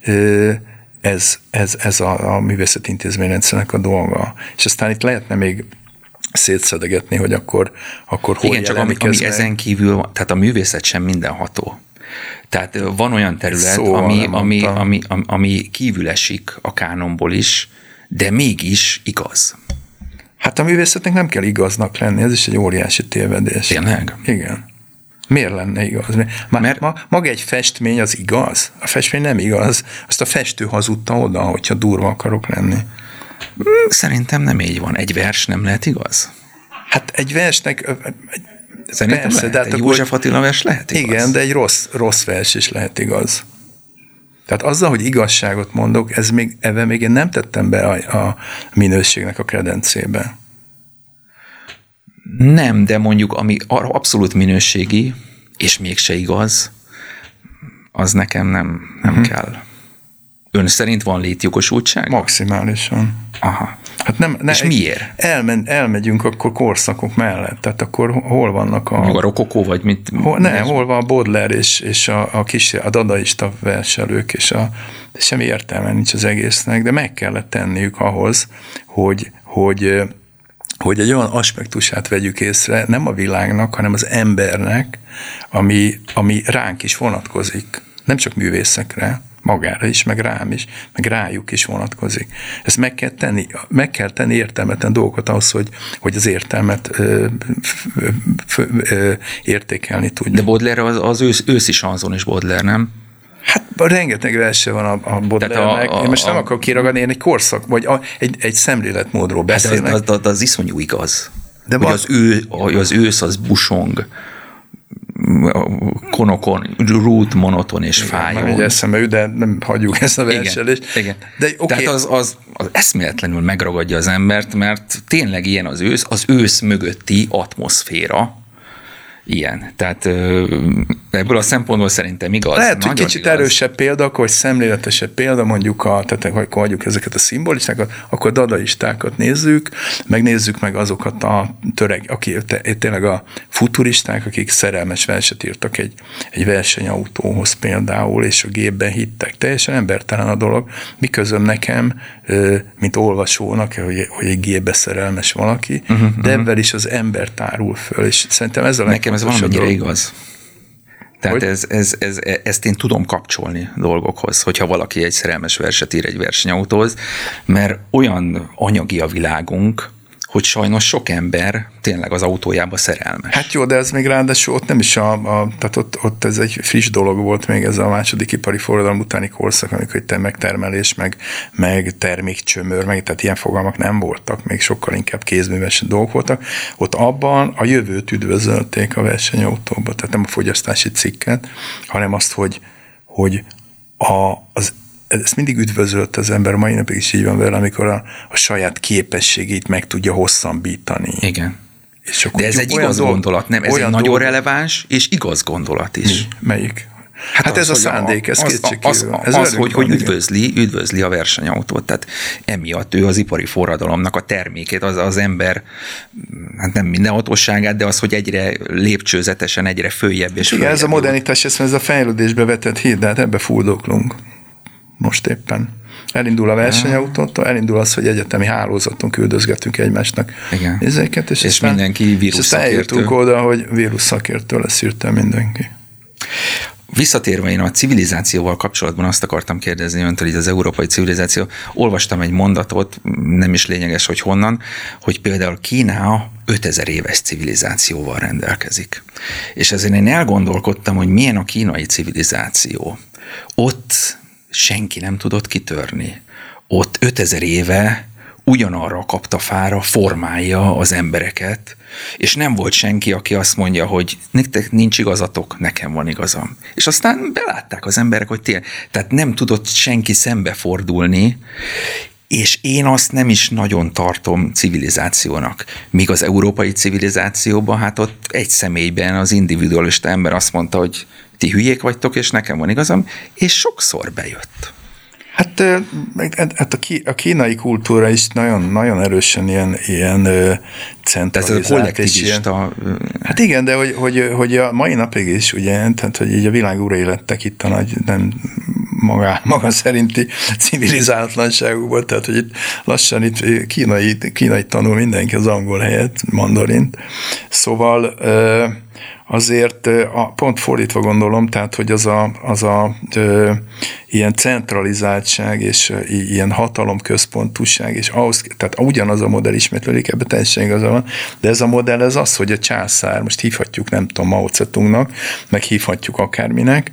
ez a művészeti intézményrendszernek a dolga. És aztán itt lehetne még szétszedegetni, hogy akkor hol igen, csak ami ezen kívül, tehát a művészet sem mindenható. Tehát van olyan terület, ami kívül esik a kánonból is, de mégis igaz. Hát a művészetnek nem kell igaznak lenni, ez is egy óriási tévedés. Tényleg? Igen. Miért lenne igaz? Mert maga egy festmény az igaz? A festmény nem igaz. Azt a festő hazudta oda, hogyha durva akarok lenni. Szerintem nem így van. Egy vers nem lehet igaz? Hát egy versnek... Szerintem persze, lehet. Egy József Attila vers lehet igaz? Igen, de egy rossz vers is lehet igaz. Tehát azzal, hogy igazságot mondok, ebben még én nem tettem be a minőségnek a kredencébe. Nem, de mondjuk ami abszolút minőségi, és mégse igaz, az nekem nem kell. Ön szerint van létjogosultság? Maximálisan. Aha. Hát nem, és miért? Elmegyünk akkor korszakok mellett, tehát akkor hol vannak a rokokó, vagy mit? Hol van a Baudelaire és a dadaista verselők, és semmi értelme nincs az egésznek, de meg kellett tenniük ahhoz, hogy egy olyan aspektusát vegyük észre, nem a világnak, hanem az embernek, ami ránk is vonatkozik. Nem csak művészekre, magára is, meg rám is, meg rájuk is vonatkozik. Ezt meg kell tenni értelmetlen dolgokat ahhoz, hogy az értelmet értékelni tudjuk. De Baudelaire az őszi sanzon is Baudelaire, nem? Hát rengeteg verse van a Baudelaire-nek. Én most nem akarok kiragadni, én egy korszak, vagy egy szemléletmódról beszélek. Hát az iszonyú igaz. De hogy az ősz az busong, konokon, rút, monoton és fájó. Már eszembe, de nem hagyjuk ezt a verselést. Igen. De, okay. Tehát az eszméletlenül megragadja az embert, mert tényleg ilyen az ősz mögötti atmoszféra, ilyen. Tehát ebből a szempontból szerintem igaz. Lehet, hogy kicsit igaz. Erősebb példa, akkor szemléletesebb példa, mondjuk, tehát akkor adjuk ezeket a szimbolistákat, akkor dadaistákat nézzük, megnézzük meg azokat a tényleg a futuristák, akik szerelmes verset írtak egy versenyautóhoz például, és a gépben hittek. Teljesen embertelen a dolog. Mi közöm nekem, mint olvasónak, hogy egy gépbe szerelmes valaki, de ebben is az ember tárul föl, és szerintem ez a nekem ez valamennyire igaz. Tehát ezt én tudom kapcsolni dolgokhoz, hogyha valaki egy szerelmes verset ír egy versenyautóhoz, mert olyan anyagi a világunk, hogy sajnos sok ember tényleg az autójába szerelmes. Hát jó, de ez még ráadásul ott nem is tehát ott ez egy friss dolog volt még ez a második ipari forradalom utáni korszak, amikor itt megtermelés, meg termékcsömör, tehát ilyen fogalmak nem voltak, még sokkal inkább kézműves dolgok voltak. Ott abban a jövőt üdvözölték a versenyautóba, tehát nem a fogyasztási cikket, hanem azt, hogy ezt mindig üdvözölt az ember, mai napig is így van vele, amikor a saját képességét meg tudja hosszambítani. Igen. De ez egy igaz gondolat, nem? Ez egy nagyon releváns és igaz gondolat is. Melyik? Hát ez a szándék, ez kétségkívül. Hogy üdvözli a versenyautót. Tehát emiatt ő az ipari forradalomnak a termékét, az ember, hát nem minden hatóságát, de az, hogy egyre lépcsőzetesen, egyre följebb és följebb. Ez a modernitás, ez a fejlődésbe vetett híd, de hát ebbe fuldoklunk. Most éppen. Elindul a versenyautótól, elindul az, hogy egyetemi hálózaton küldözgetünk egymásnak ezeket, és mindenki vírus szakértő. És eljutunk oda, hogy vírus szakértő lesz hirtelen mindenki. Visszatérve én a civilizációval kapcsolatban azt akartam kérdezni öntől, így az európai civilizáció. Olvastam egy mondatot, nem is lényeges, hogy honnan, hogy például Kína 5000 éves civilizációval rendelkezik. És ezért én elgondolkodtam, hogy milyen a kínai civilizáció. Ott senki nem tudott kitörni. Ott 5000 éve ugyanarra a kaptafára formálja az embereket, és nem volt senki, aki azt mondja, hogy nektek nincs igazatok, nekem van igazam. És aztán belátták az emberek, hogy tényleg, tehát nem tudott senki szembefordulni, és én azt nem is nagyon tartom civilizációnak. Míg az európai civilizációban, hát ott egy személyben az individualista ember azt mondta, hogy ti hülyék vagytok, és nekem van igazam, és sokszor bejött. Hát a kínai kultúra is nagyon erősen ilyen centralizált. Ez a kollektivista. Hát igen, de hogy a mai napig is, ugye, tehát hogy így a világ urai lettek itt a nagy, nem maga szerinti civilizálatlanságukból, tehát hogy itt lassan itt kínai tanul mindenki az angol helyett, mandarint. Szóval azért pont fordítva gondolom, tehát, hogy az a ilyen centralizáltság és ilyen hatalomközpontúság, és ahhoz, tehát ugyanaz a modell ismétlődik, ebben teljesen igaza van, de ez a modell ez az, hogy a császár, most hívhatjuk, nem tudom, Mao Zedongnak, meg hívhatjuk akárminek,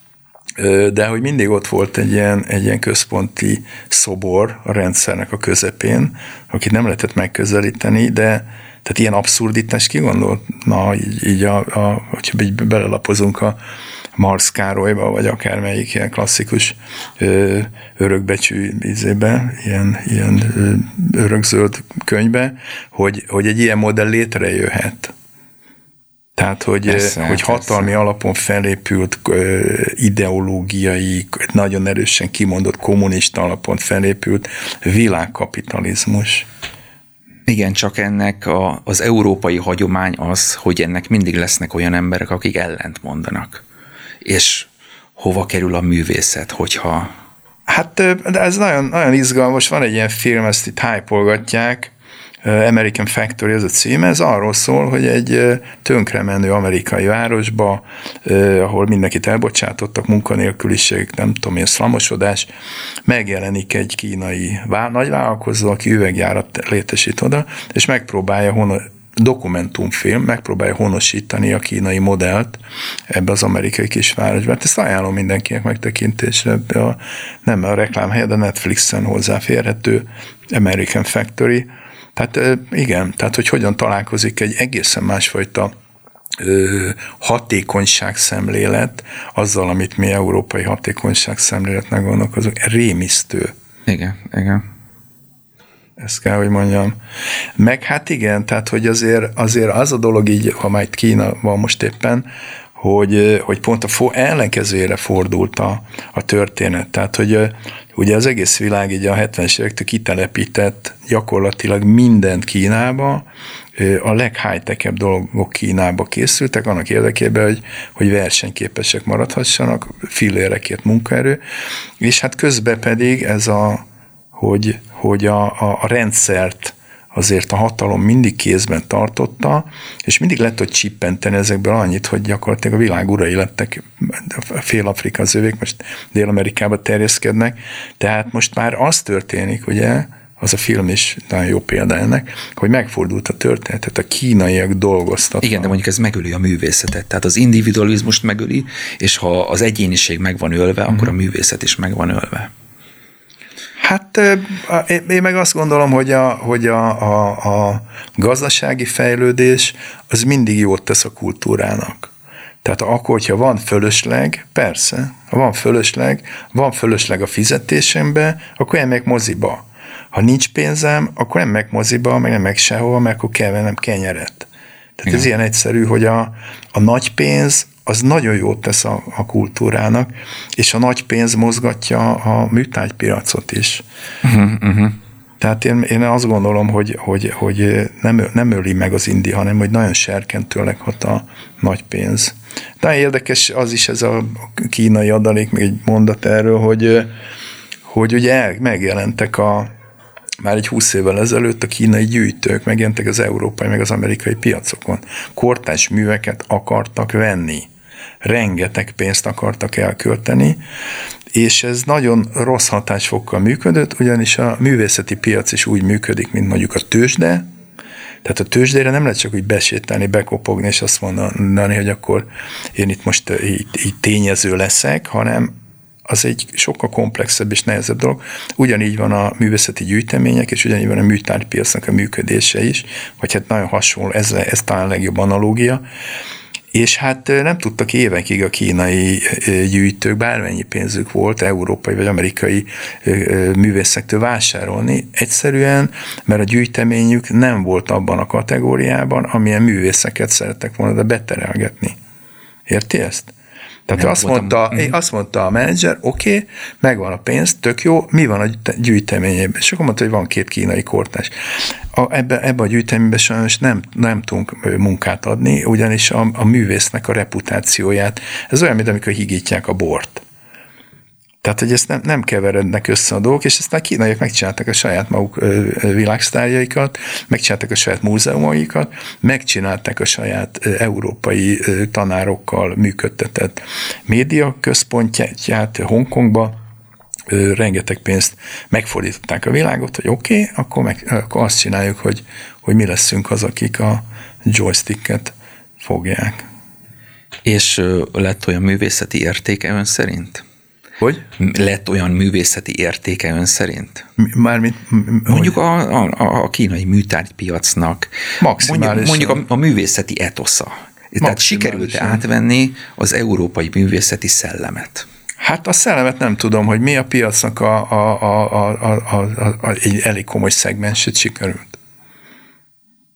de hogy mindig ott volt egy ilyen központi szobor a rendszernek a közepén, akit nem lehetett megközelíteni, de tehát ilyen abszurditást ki gondolt? Na, hogyha így belelapozunk a Marx Károlyba, vagy akármelyik ilyen klasszikus örökbecsű ízébe, ilyen örökzöld könyvbe, hogy egy ilyen modell létrejöhet. Tehát, hogy hatalmi alapon felépült ideológiai, nagyon erősen kimondott kommunista alapon felépült világkapitalizmus. Igen, csak ennek az európai hagyomány az, hogy ennek mindig lesznek olyan emberek, akik ellent mondanak. És hova kerül a művészet, hogyha... Hát de ez nagyon, nagyon izgalmas. Van egy ilyen film, ezt itt hype-olgatják, American Factory, ez a címe, ez arról szól, hogy egy tönkremenő amerikai városba, ahol mindenkit elbocsátottak, munkanélküliség, nem tudom én, szlamosodás, megjelenik egy kínai nagyvállalkozó, aki üveggyárat létesít oda, és megpróbálja dokumentumfilm, megpróbálja honosítani a kínai modellt ebbe az amerikai kisvárosba. Hát ezt ajánlom mindenkinek megtekintésre, nem a reklámhelye, de Netflixen hozzáférhető American Factory. Tehát igen, tehát hogy hogyan találkozik egy egészen másfajta hatékonyságszemlélet azzal, amit mi európai hatékonyságszemléletnek gondolkozunk. Rémisztő. Igen. Ezt kell, hogy mondjam. Meg hát igen, tehát hogy azért az a dolog így, ha már itt Kína van most éppen, hogy pont a ellenkezőjére fordult a történet. Tehát, hogy ugye az egész világ így a 70-es évektől kitelepített gyakorlatilag mindent Kínába, a leghigh-techebb dolgok Kínába készültek, annak érdekében, hogy versenyképesek maradhassanak, fillérekért munkaerő, és hát közben pedig ez hogy a rendszert azért a hatalom mindig kézben tartotta, és mindig lett, hogy csippenteni ezekből annyit, hogy gyakorlatilag a világ urai lettek, fél Afrika az övék, most Dél-Amerikába terjeszkednek, tehát most már az történik, ugye, az a film is nagyon jó példa ennek, hogy megfordult a történet, tehát a kínaiak dolgoztatnak. Igen, de mondjuk ez megöli a művészetet, tehát az individualizmust megöli, és ha az egyéniség meg van ölve, akkor a művészet is meg van ölve. Hát én meg azt gondolom, hogy a gazdasági fejlődés az mindig jót tesz a kultúrának. Tehát akkor, hogyha van fölösleg, persze, ha van fölösleg a fizetésembe, akkor elmegyek moziba. Ha nincs pénzem, akkor nem megyek moziba, meg nem megyek sehova, mert akkor kell vennem kenyeret. Tehát ez ilyen egyszerű, hogy a nagy pénz az nagyon jót tesz a kultúrának, és a nagy pénz mozgatja a műtárgypiacot is. Tehát én azt gondolom, hogy nem öli meg az indi, hanem hogy nagyon serkentőleg hat a nagy pénz. Nagyon érdekes az is, ez a kínai adalék, még egy mondat erről, hogy ugye megjelentek már egy 20 évvel ezelőtt a kínai gyűjtők, megjelentek az európai, meg az amerikai piacokon. Kortárs műveket akartak venni. Rengeteg pénzt akartak elkölteni, és ez nagyon rossz hatásfokkal működött, ugyanis a művészeti piac is úgy működik, mint mondjuk a tőzsde. Tehát a tőzsdére nem lehet csak úgy besétálni, bekopogni, és azt mondani, hogy akkor én itt most így tényező leszek, hanem az egy sokkal komplexebb és nehezebb dolog. Ugyanígy van a művészeti gyűjtemények, és ugyanígy van a műtárgypiacnak a működése is, vagy hát nagyon hasonló, ez talán a legjobb analógia. És hát nem tudtak évekig a kínai gyűjtők, bármennyi pénzük volt, európai vagy amerikai művészektől vásárolni, egyszerűen, mert a gyűjteményük nem volt abban a kategóriában, amilyen művészeket szerettek volna beterelgetni. Érti ezt? Tehát azt mondta a menedzser, oké, megvan a pénz, tök jó, mi van a gyűjteményében? És akkor mondta, hogy van 2 kínai kortárs. Ebbe a gyűjteményben sajnos nem tudunk munkát adni, ugyanis a művésznek a reputációját, ez olyan, mint amikor higítják a bort. Tehát, hogy ezt nem keverednek össze a dolgok, és ezt a kínaiak megcsináltak a saját maguk világsztárjaikat, megcsináltak a saját múzeumaikat, megcsinálták a saját európai tanárokkal működtetett média központját Hongkongba, rengeteg pénzt megfordították a világot, hogy oké, akkor azt csináljuk, hogy mi leszünk az, akik a joysticket fogják. És lett olyan művészeti értéke ön szerint? Hogy? Lett olyan művészeti értéke ön szerint? Mármint, mondjuk a kínai műtárgypiacnak. Mondjuk a művészeti etosza. Tehát sikerült átvenni az európai művészeti szellemet. Hát a szellemet nem tudom, hogy mi a piacnak egy elég komoly szegmensét sikerült.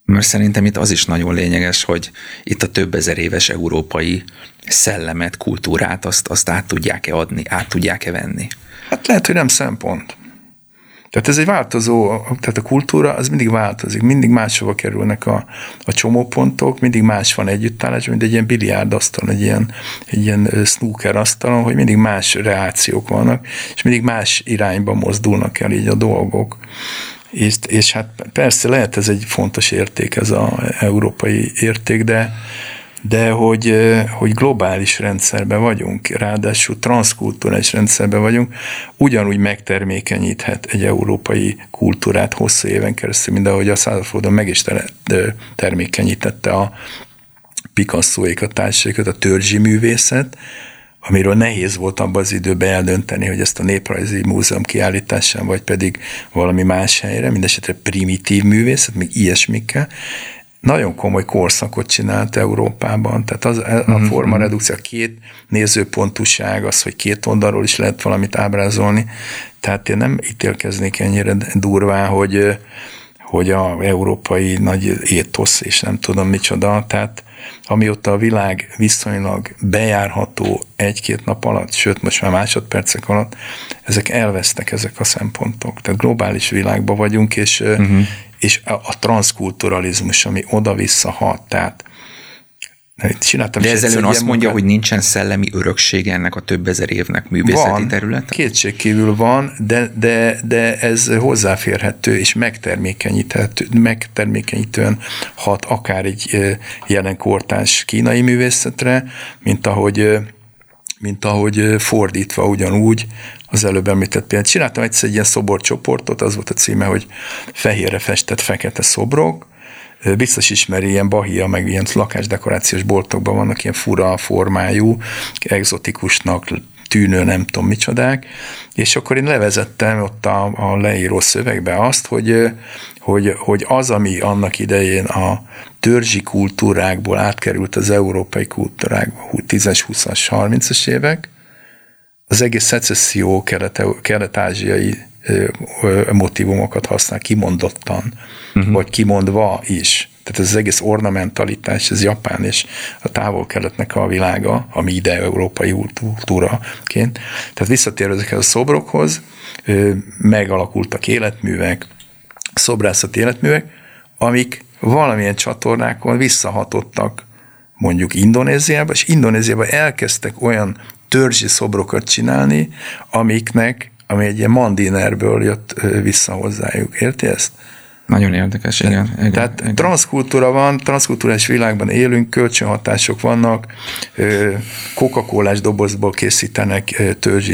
Mert szerintem itt az is nagyon lényeges, hogy itt a több ezer éves európai szellemet, kultúrát, azt át tudják-e adni, át tudják-e venni. Hát lehet, hogy nem szempont. Tehát ez egy változó, tehát a kultúra az mindig változik, mindig máshova kerülnek a csomópontok, mindig más van együttállás, mint egy ilyen biliárdasztalon, egy ilyen snooker asztalon, hogy mindig más reációk vannak, és mindig más irányba mozdulnak el így a dolgok. És hát persze lehet ez egy fontos érték, ez az európai érték, de hogy globális rendszerben vagyunk, ráadásul transzkulturális rendszerben vagyunk, ugyanúgy megtermékenyíthet egy európai kultúrát hosszú éven keresztül, mint ahogy a századfordulón meg is termékenyítette a Picasso-ék, a társaikat, a törzsi művészet, amiről nehéz volt abban az időben eldönteni, hogy ezt a Néprajzi Múzeum kiállításán, vagy pedig valami más helyre, mindesetre primitív művészet, még ilyesmikkel, nagyon komoly korszakot csinált Európában, tehát a formaredukció, a két nézőpontúság, az, hogy két oldalról is lehet valamit ábrázolni, tehát én nem ítélkeznék ennyire durván, hogy a európai nagy étosz, és nem tudom micsoda, tehát amióta a világ viszonylag bejárható egy-két nap alatt, sőt most már másodpercek alatt, ezek elvesztek, ezek a szempontok. Tehát globális világban vagyunk, és a transzkulturalizmus, ami oda-vissza hat, tehát de ezzel ön azt mondja, hogy nincsen szellemi örökség ennek a több ezer évnek művészeti területen? Kétségkívül van, de ez hozzáférhető és megtermékenyítően hat akár egy jelen kortárs kínai művészetre, mint ahogy fordítva ugyanúgy az előbb említett példát. Csináltam egyszer egy ilyen szoborcsoportot, az volt a címe, hogy fehérre festett fekete szobrok. Biztos ismeri, ilyen Bahia, meg ilyen lakásdekorációs boltokban vannak ilyen fura formájú, egzotikusnak tűnő nem tudom micsodák, és akkor én levezettem ott a leíró szövegbe azt, hogy az, ami annak idején a törzsi kultúrákból átkerült az európai kultúrákba, 10-es, 20-as, 30-as évek, az egész szecesszió kelet-ázsiai motivumokat használ kimondottan, vagy kimondva is. Tehát ez az egész ornamentalitás, ez Japán és a távol-keletnek a világa, ami ide európai kultúraként. Tehát visszatérve ezekhez a szobrokhoz, megalakultak életművek, szobrászati életművek, amik valamilyen csatornákon visszahatottak mondjuk Indonéziába, és Indonéziába elkezdtek olyan törzsi szobrokat csinálni, ami egy ilyen mandinerből jött vissza hozzájuk. Érti ezt? Nagyon érdekes, igen. Tehát igen. Transzkultúra van, transzkultúrás világban élünk, kölcsönhatások vannak, Coca-Colás dobozból készítenek törzsi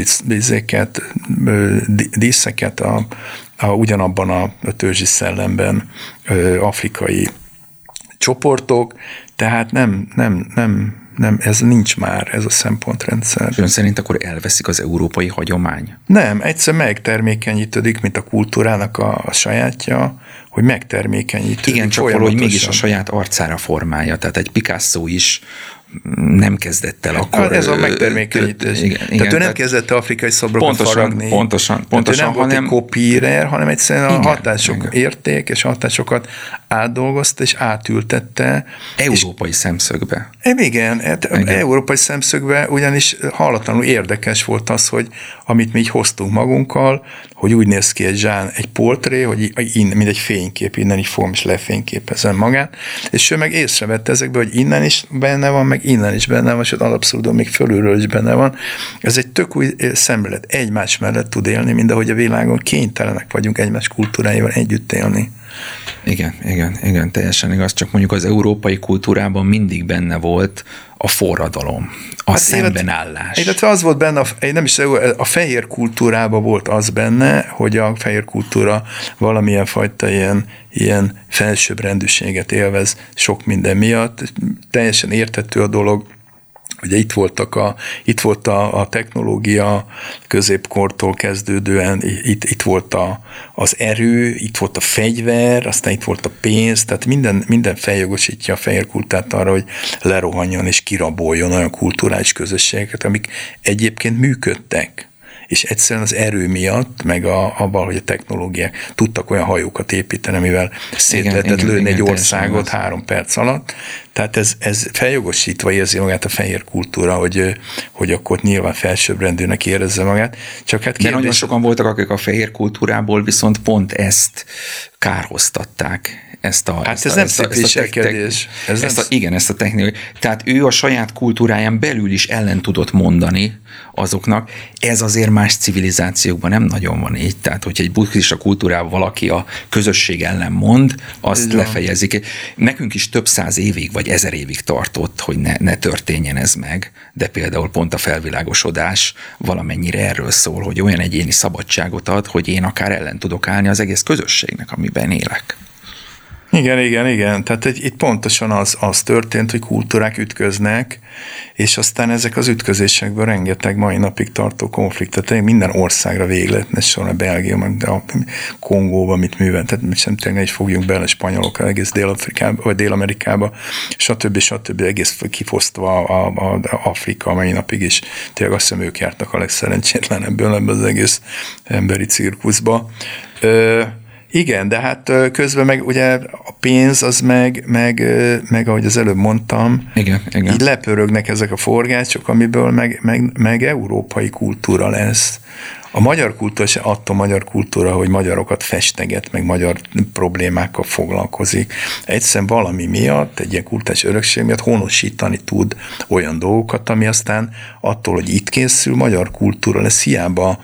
díszeket, ugyanabban a törzsi szellemben afrikai csoportok, tehát nem, ez nincs már, ez a szempontrendszer. Ön szerint akkor elveszik az európai hagyomány? Nem, egyszer megtermékenyítődik, mint a kultúrának a sajátja, hogy megtermékenyítődik. Igen, csak valahogy mégis a saját arcára formálja, tehát egy Picasso is nem kezdett el akkor... Ez a megtermékenyítés. Tehát ő nem kezdett el afrikai szobrokat faragni. Pontosan. Ő nem volt egy copyright, hanem egyszerűen a hatások érték, és hatásokat átdolgozta, és átültette. Európai szemszögbe. Igen, európai szemszögbe ugyanis hallatlanul érdekes volt az, hogy amit mi így hoztunk magunkkal, hogy úgy néz ki egy portré, hogy mint egy fénykép, innen is fogom, és lefényképezem magát, és ő meg észrevette ezekbe, hogy innen is benne van, meg innen is benne van, sőt alapszurdon még fölülről is benne van. Ez egy tök új szemlélet, egymás mellett tud élni, mint ahogy a világon kénytelenek vagyunk egymás kultúráival együtt élni. Igen, teljesen igaz, csak mondjuk az európai kultúrában mindig benne volt a forradalom, a szembenállás. Illetve az volt benne, a fehér kultúrában volt az benne, hogy a fehér kultúra valamilyen fajta ilyen felsőbbrendűséget élvez sok minden miatt. Teljesen érthető a dolog. Ugye itt volt a technológia középkortól kezdődően, itt volt az erő, itt volt a fegyver, aztán itt volt a pénz, tehát minden feljogosítja a fehér kultúrát arra, hogy lerohanjon és kiraboljon olyan kulturális közösségeket, amik egyébként működtek. és egyszerűen az erő miatt, meg abban, hogy a technológiák tudtak olyan hajókat építeni, amivel szét lehetett lőni egy országot 3 perc alatt. Tehát ez feljogosítva érzi magát a fehér kultúra, hogy akkor nyilván felsőbbrendűnek érezze magát. Csak hát de nagyon sokan voltak, akik a fehér kultúrából viszont pont ezt kárhoztatták. Ezt a technikai. Tehát ő a saját kultúráján belül is ellen tudott mondani azoknak. Ez azért más civilizációkban nem nagyon van így. Tehát, hogyha egy buddhista kultúrában valaki a közösség ellen mond, azt lefejezik. Nekünk is több 100 évig, vagy 1000 évig tartott, hogy ne történjen ez meg, de például pont a felvilágosodás valamennyire erről szól, hogy olyan egyéni szabadságot ad, hogy én akár ellen tudok állni az egész közösségnek, amiben élek. Igen. Tehát itt pontosan az történt, hogy kultúrák ütköznek, és aztán ezek az ütközésekből rengeteg mai napig tartó konfliktus. Tehát minden országra végig lehetne sorolni, a Belgium, a Kongóba, mit művel. Tehát sem tényleg is fogjunk bele spanyolokra, egész Dél-Afrikába, vagy Dél-Amerikába, stb. Egész kifosztva a Afrika mai napig is. Tényleg azt hiszem, ők jártak a legszerencsétlenebből ebben az egész emberi cirkuszba. Igen, de hát közben meg ugye a pénz az meg ahogy az előbb mondtam, igen. Így lepörögnek ezek a forgácsok, amiből meg európai kultúra lesz. A magyar kultúra se attól magyar kultúra, hogy magyarokat festeget, meg magyar problémákkal foglalkozik. Egyszerűen valami miatt, egy ilyen kultúrás örökség miatt honosítani tud olyan dolgokat, ami aztán attól, hogy itt készül, magyar kultúra lesz, hiába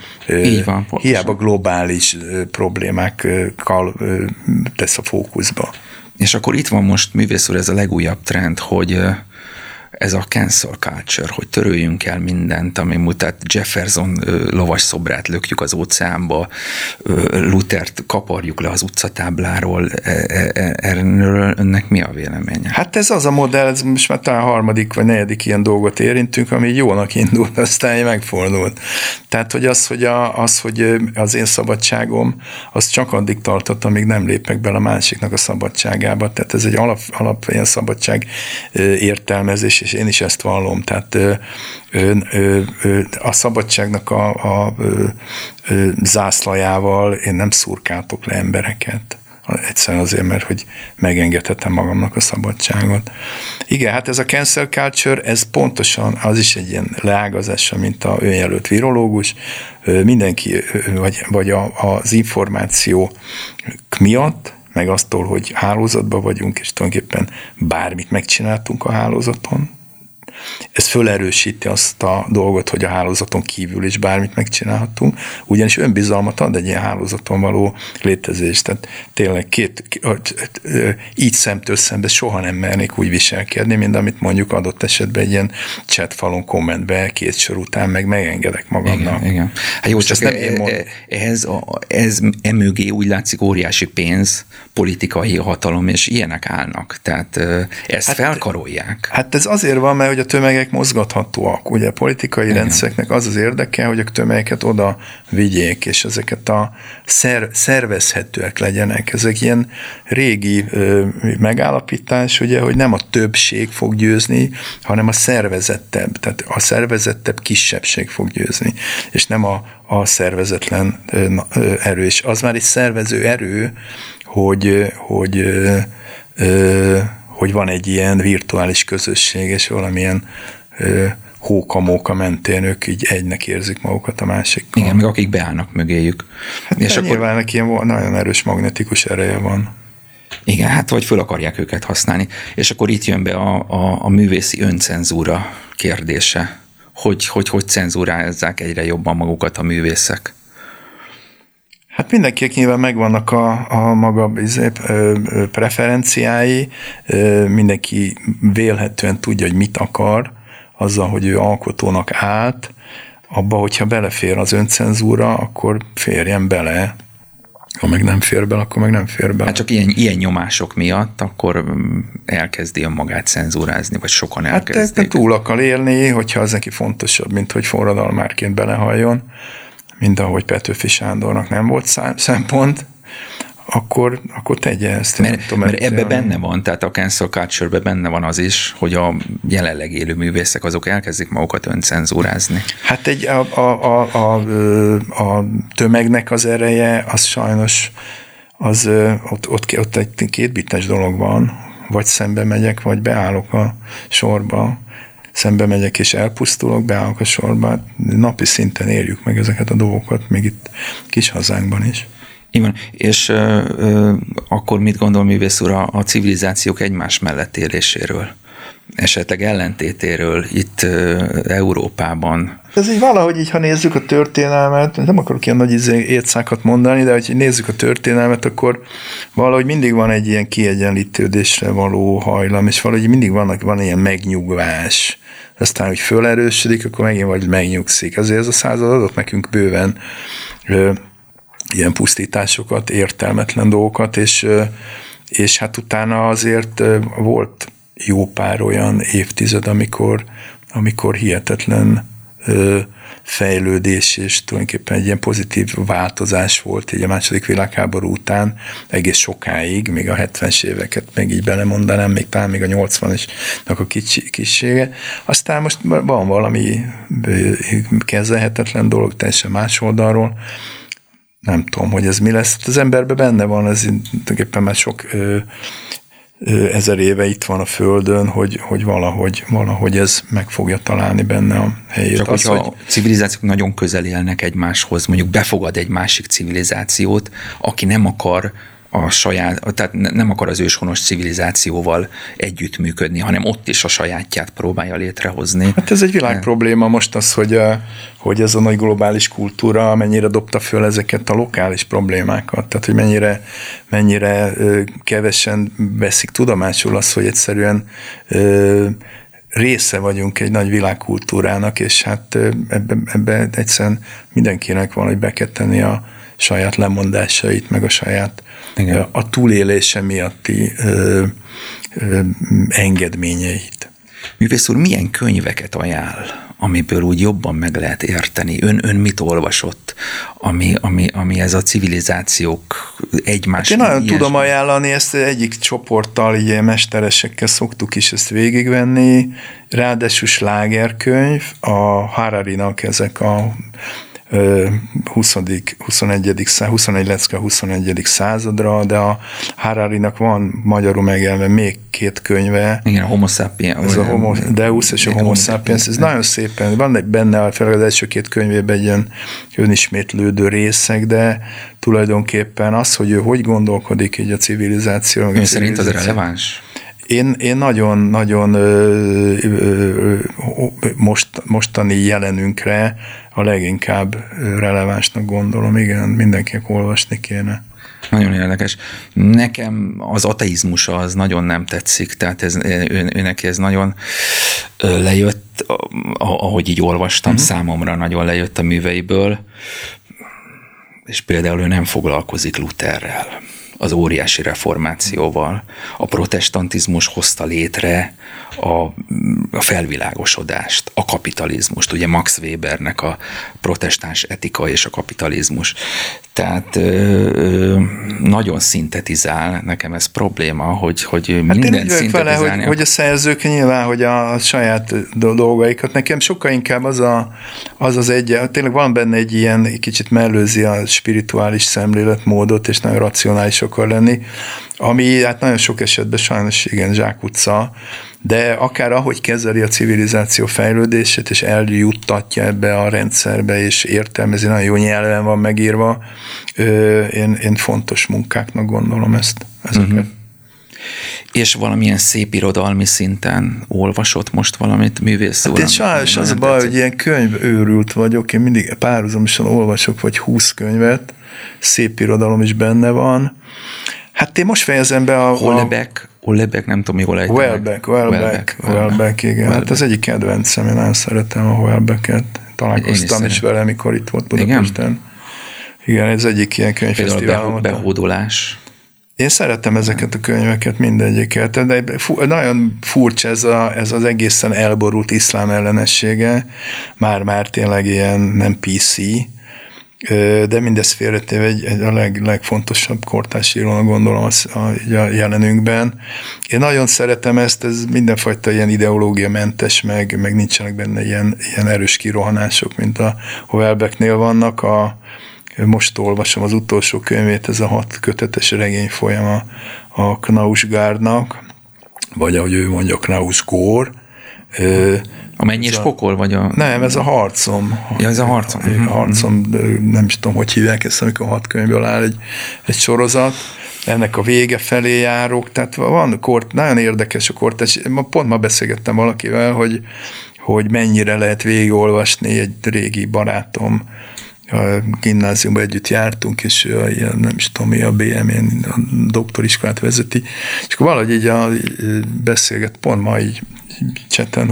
globális problémákkal tesz a fókuszba. És akkor itt van most, művész úr, ez a legújabb trend, hogy ez a cancel culture, hogy töröljünk el mindent, ami mutat, Jefferson lovas szobrát lökjük az óceánba, Luthert kaparjuk le az utcatábláról. Erről önnek mi a véleménye? Hát ez az a modell, ez most már talán 3. vagy 4. ilyen dolgot érintünk, ami jónak indult, aztán megfordult. Tehát, hogy hogy az én szabadságom, az csak addig tartott, amíg nem lépek bele a másiknak a szabadságába. Tehát ez egy alap ilyen szabadság értelmezés, és én is ezt vallom. Tehát a szabadságnak a zászlajával én nem szurkáltok le embereket. Egyszerűen azért, mert hogy megengedhetem magamnak a szabadságot. Igen, hát ez a cancel culture, ez pontosan az is egy ilyen leágazása, mint a önjelölt virológus. Mindenki, vagy az információ miatt, meg aztól, hogy hálózatban vagyunk, és tulajdonképpen bármit megcsináltunk a hálózaton. Ez fölerősíti azt a dolgot, hogy a hálózaton kívül is bármit megcsinálhatunk, ugyanis önbizalmat ad egy ilyen hálózaton való létezés. Tehát tényleg így szemtől szembe soha nem mernék úgy viselkedni, mint amit mondjuk adott esetben egy ilyen chatfalon kommentbe 2 sor után megengedek magamnak. Igen. Hát jó, csak ez emögé úgy látszik óriási pénz, politikai hatalom, és ilyenek állnak. Tehát ezt felkarolják. Hát ez azért van, mert hogy a tömegek mozgathatóak. Ugye a politikai rendszereknek az érdeke, hogy a tömegeket oda vigyék, és ezeket a szervezhetőek legyenek. Ezek ilyen régi megállapítás, ugye, hogy nem a többség fog győzni, hanem a szervezettebb. Tehát a szervezettebb kisebbség fog győzni, és nem a szervezetlen erő. És az már egy szervező erő, hogy van egy ilyen virtuális közösség, és valamilyen hóka-móka mentén ők így egynek érzik magukat a másikkal. Igen, meg akik beállnak mögéjük. Hát és akkor nyilván neki ilyen nagyon erős magnetikus ereje van. Igen, hát vagy föl akarják őket használni. És akkor itt jön be a művészi öncenzúra kérdése. Hogy cenzúrázzák egyre jobban magukat a művészek? Hát mindenkinek nyilván megvannak a maga preferenciái, mindenki vélhetően tudja, hogy mit akar, azzal, hogy ő alkotónak állt, abba, hogyha belefér az öncenzúra, akkor férjen bele. Ha meg nem fér bele, akkor meg nem fér bele. Hát csak ilyen nyomások miatt akkor elkezdi önmagát cenzúrázni, vagy sokan elkezdik. Hát túl akar élni, hogyha az neki fontosabb, mint hogy forradalmárként belehalljon, mint ahogy Petőfi Sándornak nem volt szempont. akkor tegye ezt. Mert ebbe benne van, tehát a cancel culture-be benne van az is, hogy a jelenleg élő művészek azok elkezdik magukat öncenzúrázni. Hát a tömegnek az ereje, az sajnos ott egy kétbites dolog van, vagy szembe megyek, vagy beállok a sorba, szembe megyek és elpusztulok, beállok a sorba. Napi szinten érjük meg ezeket a dolgokat, még itt kis hazánkban is. Igen, és akkor mit gondol művész úr a civilizációk egymás mellett éléséről? Esetleg ellentétéről itt Európában? Ez így valahogy így, ha nézzük a történelmet, nem akarok ilyen nagy ércákat mondani, de ha nézzük a történelmet, akkor valahogy mindig van egy ilyen kiegyenlítődésre való hajlam, és valahogy mindig van ilyen megnyugvás. Aztán, hogy fölerősödik, akkor megint vagy megnyugszik. Azért ez a század adott nekünk bőven ilyen pusztításokat, értelmetlen dolgokat, és hát utána azért volt jó pár olyan évtized, amikor hihetetlen fejlődés, és tulajdonképpen egy ilyen pozitív változás volt így a második világháború után, egész sokáig, még a 70-es éveket még így belemondanám, még talán még a 80-esnak a kicsége. Aztán most van valami kezelhetetlen dolog, teljesen más oldalról. Nem tudom, hogy ez mi lesz. Az emberben benne van, ez tulajdonképpen már sok ezer éve itt van a Földön, hogy valahogy ez meg fogja találni benne a helyét. Csak hogyha a civilizációk nagyon közel élnek egymáshoz, mondjuk befogad egy másik civilizációt, aki nem akar tehát nem akar az őshonos civilizációval együttműködni, hanem ott is a sajátját próbálja létrehozni. Hát ez egy világ probléma most az, hogy ez a nagy globális kultúra mennyire dobta föl ezeket a lokális problémákat, tehát hogy mennyire kevesen veszik tudomásul azt, hogy egyszerűen része vagyunk egy nagy világkultúrának, és hát ebbe egyszerűen mindenkinek valahogy be kell tenni a saját lemondásait, meg a saját a túlélése miatti engedményeit. Művész úr, milyen könyveket ajánl, amiből úgy jobban meg lehet érteni? Ön mit olvasott, ami ez a civilizációk egymás... Hát én nagyon tudom ajánlani, ezt egyik csoporttal, ilyen mesteresekkel szoktuk is ezt végigvenni, ráadásul slágerkönyv, a Hararinak ezek a 21. lecke a 21. századra, de a Hararinak van magyarul megjelenve még 2 könyve. Igen, a Homo sapiens. Ez a Homo Deus és a Homo sapiens. Ez nagyon szépen, van benne főleg az első 2 könyvében egy ilyen önismétlődő részek, de tulajdonképpen az, hogy ő hogy gondolkodik így a civilizáció. Ön szerint az releváns? Én nagyon mostani jelenünkre a leginkább relevánsnak gondolom. Igen, mindenkinek olvasni kéne. Nagyon érdekes. Nekem az ateizmusa az nagyon nem tetszik, tehát őneki ez nagyon lejött, ahogy így olvastam, számomra nagyon lejött a műveiből, és például ő nem foglalkozik Lutherrel, az óriási reformációval. A protestantizmus hozta létre a felvilágosodást, a kapitalizmust, ugye Max Webernek a protestáns etika és a kapitalizmus. Tehát nagyon szintetizál, nekem ez probléma, hogy mindent szintetizálni. Vele, hogy a szerzők nyilván, hogy a saját dolgaikat, nekem sokkal inkább tényleg van benne egy ilyen, kicsit mellőzi a spirituális szemléletmódot, és nagyon racionális akar lenni, ami hát nagyon sok esetben sajnos igen zsákutca, de akár ahogy kezeli a civilizáció fejlődését, és eljuttatja ebbe a rendszerbe, és értelmezi, nagyon jó nyelven van megírva, én fontos munkáknak gondolom ezeket. És valamilyen szép irodalmi szinten olvasott most valamit, művész úr? Hát én sajnos az a baj, hogy ilyen könyvőrült vagyok, én mindig párhuzamosan olvasok vagy 20 könyvet, szép irodalom is benne van. Hát én most fejezem be a... Houellebecq, nem tudom, jól ejteni. Houellebecq, igen. Hát az egyik kedvencem, én nagyon szeretem a Houellebecqet. Találkoztam is vele, mikor itt volt Budapesten. Igen, ez egyik ilyen könyvfesztivál. Például a behódolás. Én szeretem ezeket a könyveket, mindegyiket, de nagyon furcsa ez az egészen elborult iszlám ellenessége, már tényleg ilyen nem PC, de mindez félretéve a legfontosabb kortársírónak gondolom a jelenünkben. Én nagyon szeretem ezt, ez mindenfajta ilyen ideológiamentes, meg nincsenek benne ilyen erős kirohanások, mint a Houellebecqnél vannak. Most olvasom az utolsó könyvét, ez a 6 kötetes regényfolyam a Knausgaardnak, vagy ahogy ő mondja, Knausgård. A Mennyi és Pokol, vagy a... Nem, ez a Harcom. Ja, ez a Harcom. A Harcom, nem is tudom, hogy hívják ezt, amikor 6 könyvből áll egy sorozat. Ennek a vége felé járok, tehát van nagyon érdekes a kortárs. Pont ma beszélgettem valakivel, hogy mennyire lehet végigolvasni, egy régi barátom, a gimnáziumban együtt jártunk, és ilyen, nem is tudom, mi a BM-én a doktoriskolát vezeti, és akkor valahogy így beszélget pont ma így cseten,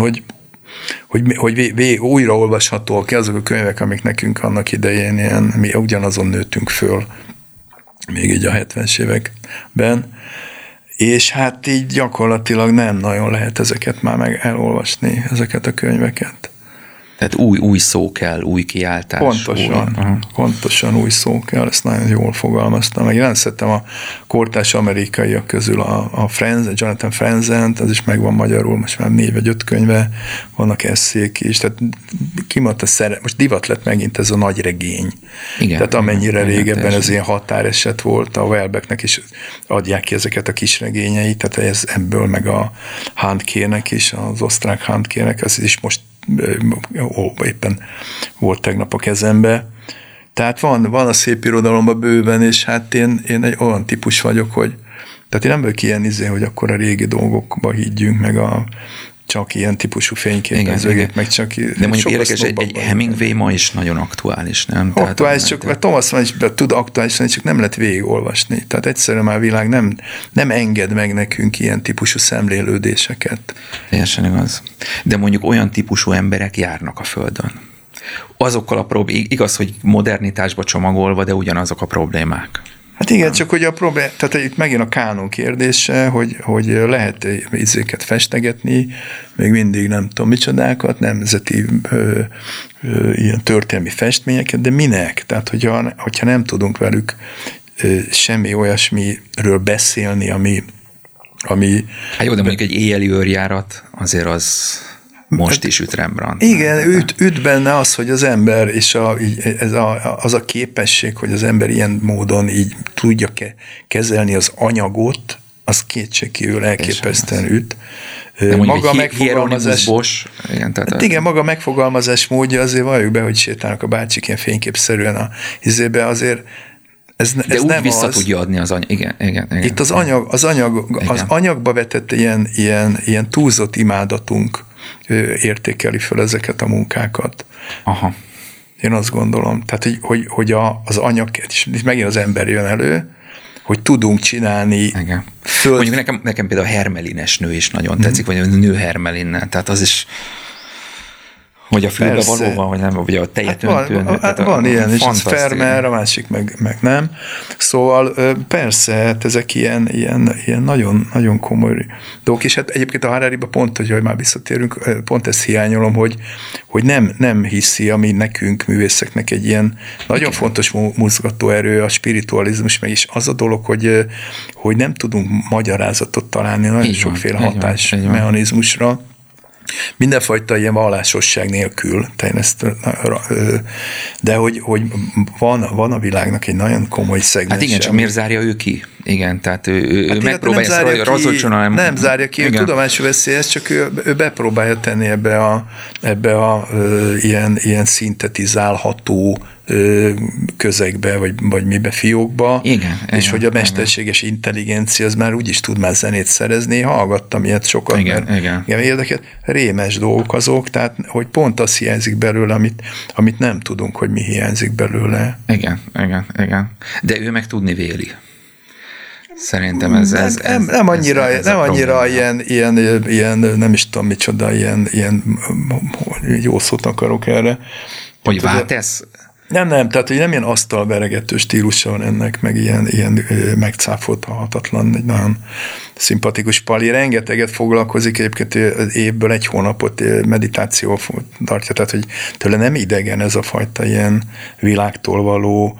hogy újra olvashatóak azok a könyvek, amik nekünk annak idején ilyen, mi ugyanazon nőttünk föl, még így a 70-es években, és hát így gyakorlatilag nem nagyon lehet ezeket már meg elolvasni, ezeket a könyveket. Tehát új szó kell, új kiáltás. Pontosan új szó kell, ezt nagyon jól fogalmaztam. Meg én nem szerettem a kortárs amerikaiak közül a Jonathan Franzent, az is megvan magyarul, most már 4 vagy 5 könyve, vannak eszék is, tehát kimondta most divat lett megint ez a nagy regény. Igen, tehát amennyire régebben ez ilyen határeset volt, a Houellebecqnek is adják ki ezeket a kis regényeit, tehát ez ebből meg a Handkének is, az osztrák Handkének, az is most éppen volt tegnap a kezembe. Tehát van a szép irodalomban bőven, és hát én egy olyan típus vagyok, hogy tehát én nem vagyok ilyen hogy akkor a régi dolgokba higgyünk, meg csak ilyen típusú fényképezőgét, meg csak... De mondjuk érdekes, egy Hemingway ma is nagyon aktuális, nem? Aktuális, csak Thomas Mann is tud aktuális lenni, csak nem lehet végigolvasni. Tehát egyszerűen már a világ nem enged meg nekünk ilyen típusú szemlélődéseket. Teljesen igaz. De mondjuk olyan típusú emberek járnak a Földön. Azokkal igaz, hogy modernitásba csomagolva, de ugyanazok a problémák. Hát igen, csak hogy a probléma, tehát itt megint a kánon kérdése, hogy lehet izéket festegetni, még mindig nem tudom micsodákat, nemzeti ilyen történelmi festményeket, de minek? Tehát, hogyha nem tudunk velük semmi olyasmiről beszélni, ami... Hát jó, de mondjuk egy éjjeli őrjárat, azért az... Most is üt Rembrandt. Igen, üt benne az, hogy az ember, és az a képesség, hogy az ember ilyen módon így tudja kezelni az anyagot, az kétségkívül elképesztően üt. Maga megfogalmazás... maga megfogalmazás módja azért valljuk be, hogy sétálnak a bácsik ilyen fényképszerűen a izébe, azért ez úgy nem vissza az. Tudja adni az anyag. Igen. Itt az anyagba vetett ilyen túlzott imádatunk értékeli föl ezeket a munkákat. Aha. Én azt gondolom. Tehát, hogy az anyag, és megint az ember jön elő, hogy tudunk csinálni. Igen. Mondjuk nekem például a hermelines nő is nagyon tetszik, vagy a nő hermelinnel. Tehát az is, hogy a fülbe valóban, vagy nem, vagy a tejet öntőn. Van ilyen, és az Fermer, a másik meg nem. Szóval persze, hát ezek ilyen nagyon, nagyon komoly dolgok, és hát egyébként a Harariba pont, hogy már visszatérünk, pont ezt hiányolom, hogy nem hiszi, ami nekünk, művészeknek egy ilyen nagyon fontos mozgatóerő, a spiritualizmus, meg is az a dolog, hogy nem tudunk magyarázatot találni nagyon sokféle hatásmechanizmusra, mindenfajta ilyen vallásosság nélkül, de hogy van a világnak egy nagyon komoly szegmense. Hát igen, csak miért zárja ő ki? Igen, tehát ő megpróbálja ezt valahogy razolcsonan. Nem zárja ki, ő tudomású veszi ezt, csak ő bepróbálja tenni ebbe a ilyen szintetizálható közegbe, vagy mibe fiókba, és hogy a mesterséges intelligencia az már úgyis tud már zenét szerezni. Hallgattam ilyet sokat, igen, érdekes. Rémes dolgok azok, tehát hogy pont az hiányzik belőle, amit nem tudunk, hogy mi hiányzik belőle. Igen. De ő meg tudni véli. Szerintem ez nem annyira ilyen, nem is tudom micsoda, ilyen jó szót akarok erre. Hogy váltesz? Nem, tehát hogy nem ilyen asztalveregető stílusa van ennek, meg ilyen megcáfolhatatlan, egy nagyon szimpatikus pali. Rengeteget foglalkozik, egyébként évből 1 hónapot meditációval tartja, tehát hogy tőle nem idegen ez a fajta ilyen világtól való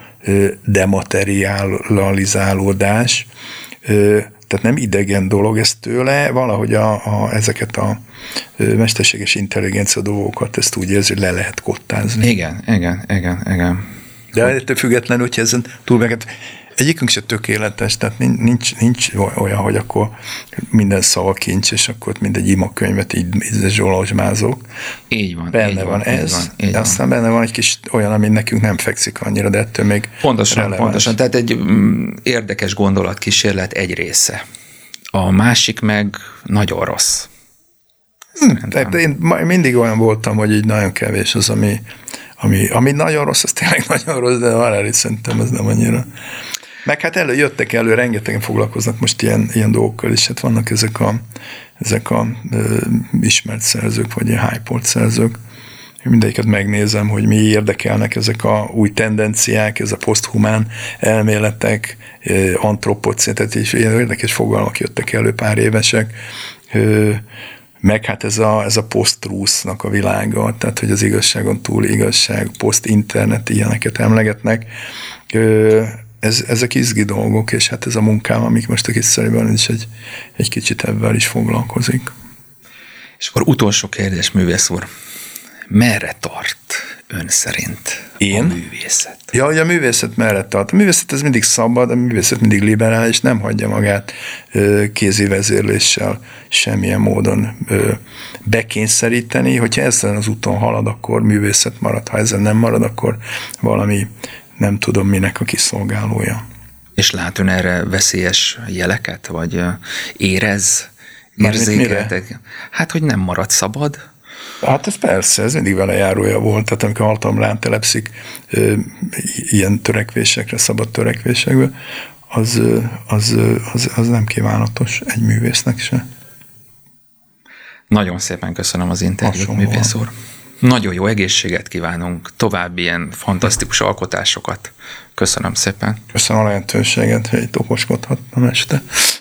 dematerializálódás, tehát nem idegen dolog ez tőle, valahogy ezeket a mesterséges intelligencia dolgokat ezt úgy érzi, hogy le lehet kottázni. Igen. De ettől függetlenül, hogyha ezen túl meg, egyikünk se tökéletes, tehát nincs olyan, hogy akkor minden szava kincs, és akkor mindegy imakönyvet így zsolozsmázok. Így van. Benne van ez, de aztán benne van egy kis olyan, ami nekünk nem fekszik annyira, de ettől még Pontosan. Tehát egy érdekes gondolatkísérlet egy része. A másik meg nagyon rossz. Tehát én mindig olyan voltam, hogy így nagyon kevés az, ami nagyon rossz, az tényleg nagyon rossz, de már szerintem ez nem annyira. Meg hát jöttek elő, rengetegen foglalkoznak most ilyen dolgokkal is, hát vannak ezek a ismert szerzők, vagy ilyen hype-olt szerzők. Mindegyiket megnézem, hogy mi érdekelnek ezek a új tendenciák, ez a poszthumán elméletek, antropocén, tehát is ilyen érdekes fogalmak jöttek elő, pár évesek, meg hát ez a post-truthnak a világa, tehát hogy az igazságon túl igazság, post-internet, ilyeneket emlegetnek. Ezek izgi dolgok, és hát ez a munkám, amik most a Kiszerűben is egy kicsit ebben is foglalkozik. És akkor utolsó kérdés, művész úr. Merre tart ön szerint a művészet? Ja, hogy a művészet merre tart. A művészet ez mindig szabad, a művészet mindig liberális, nem hagyja magát kézi vezérléssel semmilyen módon bekényszeríteni. Hogyha ezen az úton halad, akkor művészet marad. Ha ezen nem marad, akkor valami nem tudom minek a kiszolgálója. És lát ön erre veszélyes jeleket? Vagy érzékeltek? Hát, hogy nem marad szabad? Hát ez persze, ez mindig vele járója volt. Tehát amikor hatalom rám telepszik ilyen törekvésekre, szabad törekvésekbe, az nem kívánatos egy művésznek se. Nagyon szépen köszönöm az interjút, művész úr. Nagyon jó egészséget kívánunk, további ilyen fantasztikus alkotásokat. Köszönöm szépen. Köszönöm a lehetőséget, hogy itt okoskodhattam este.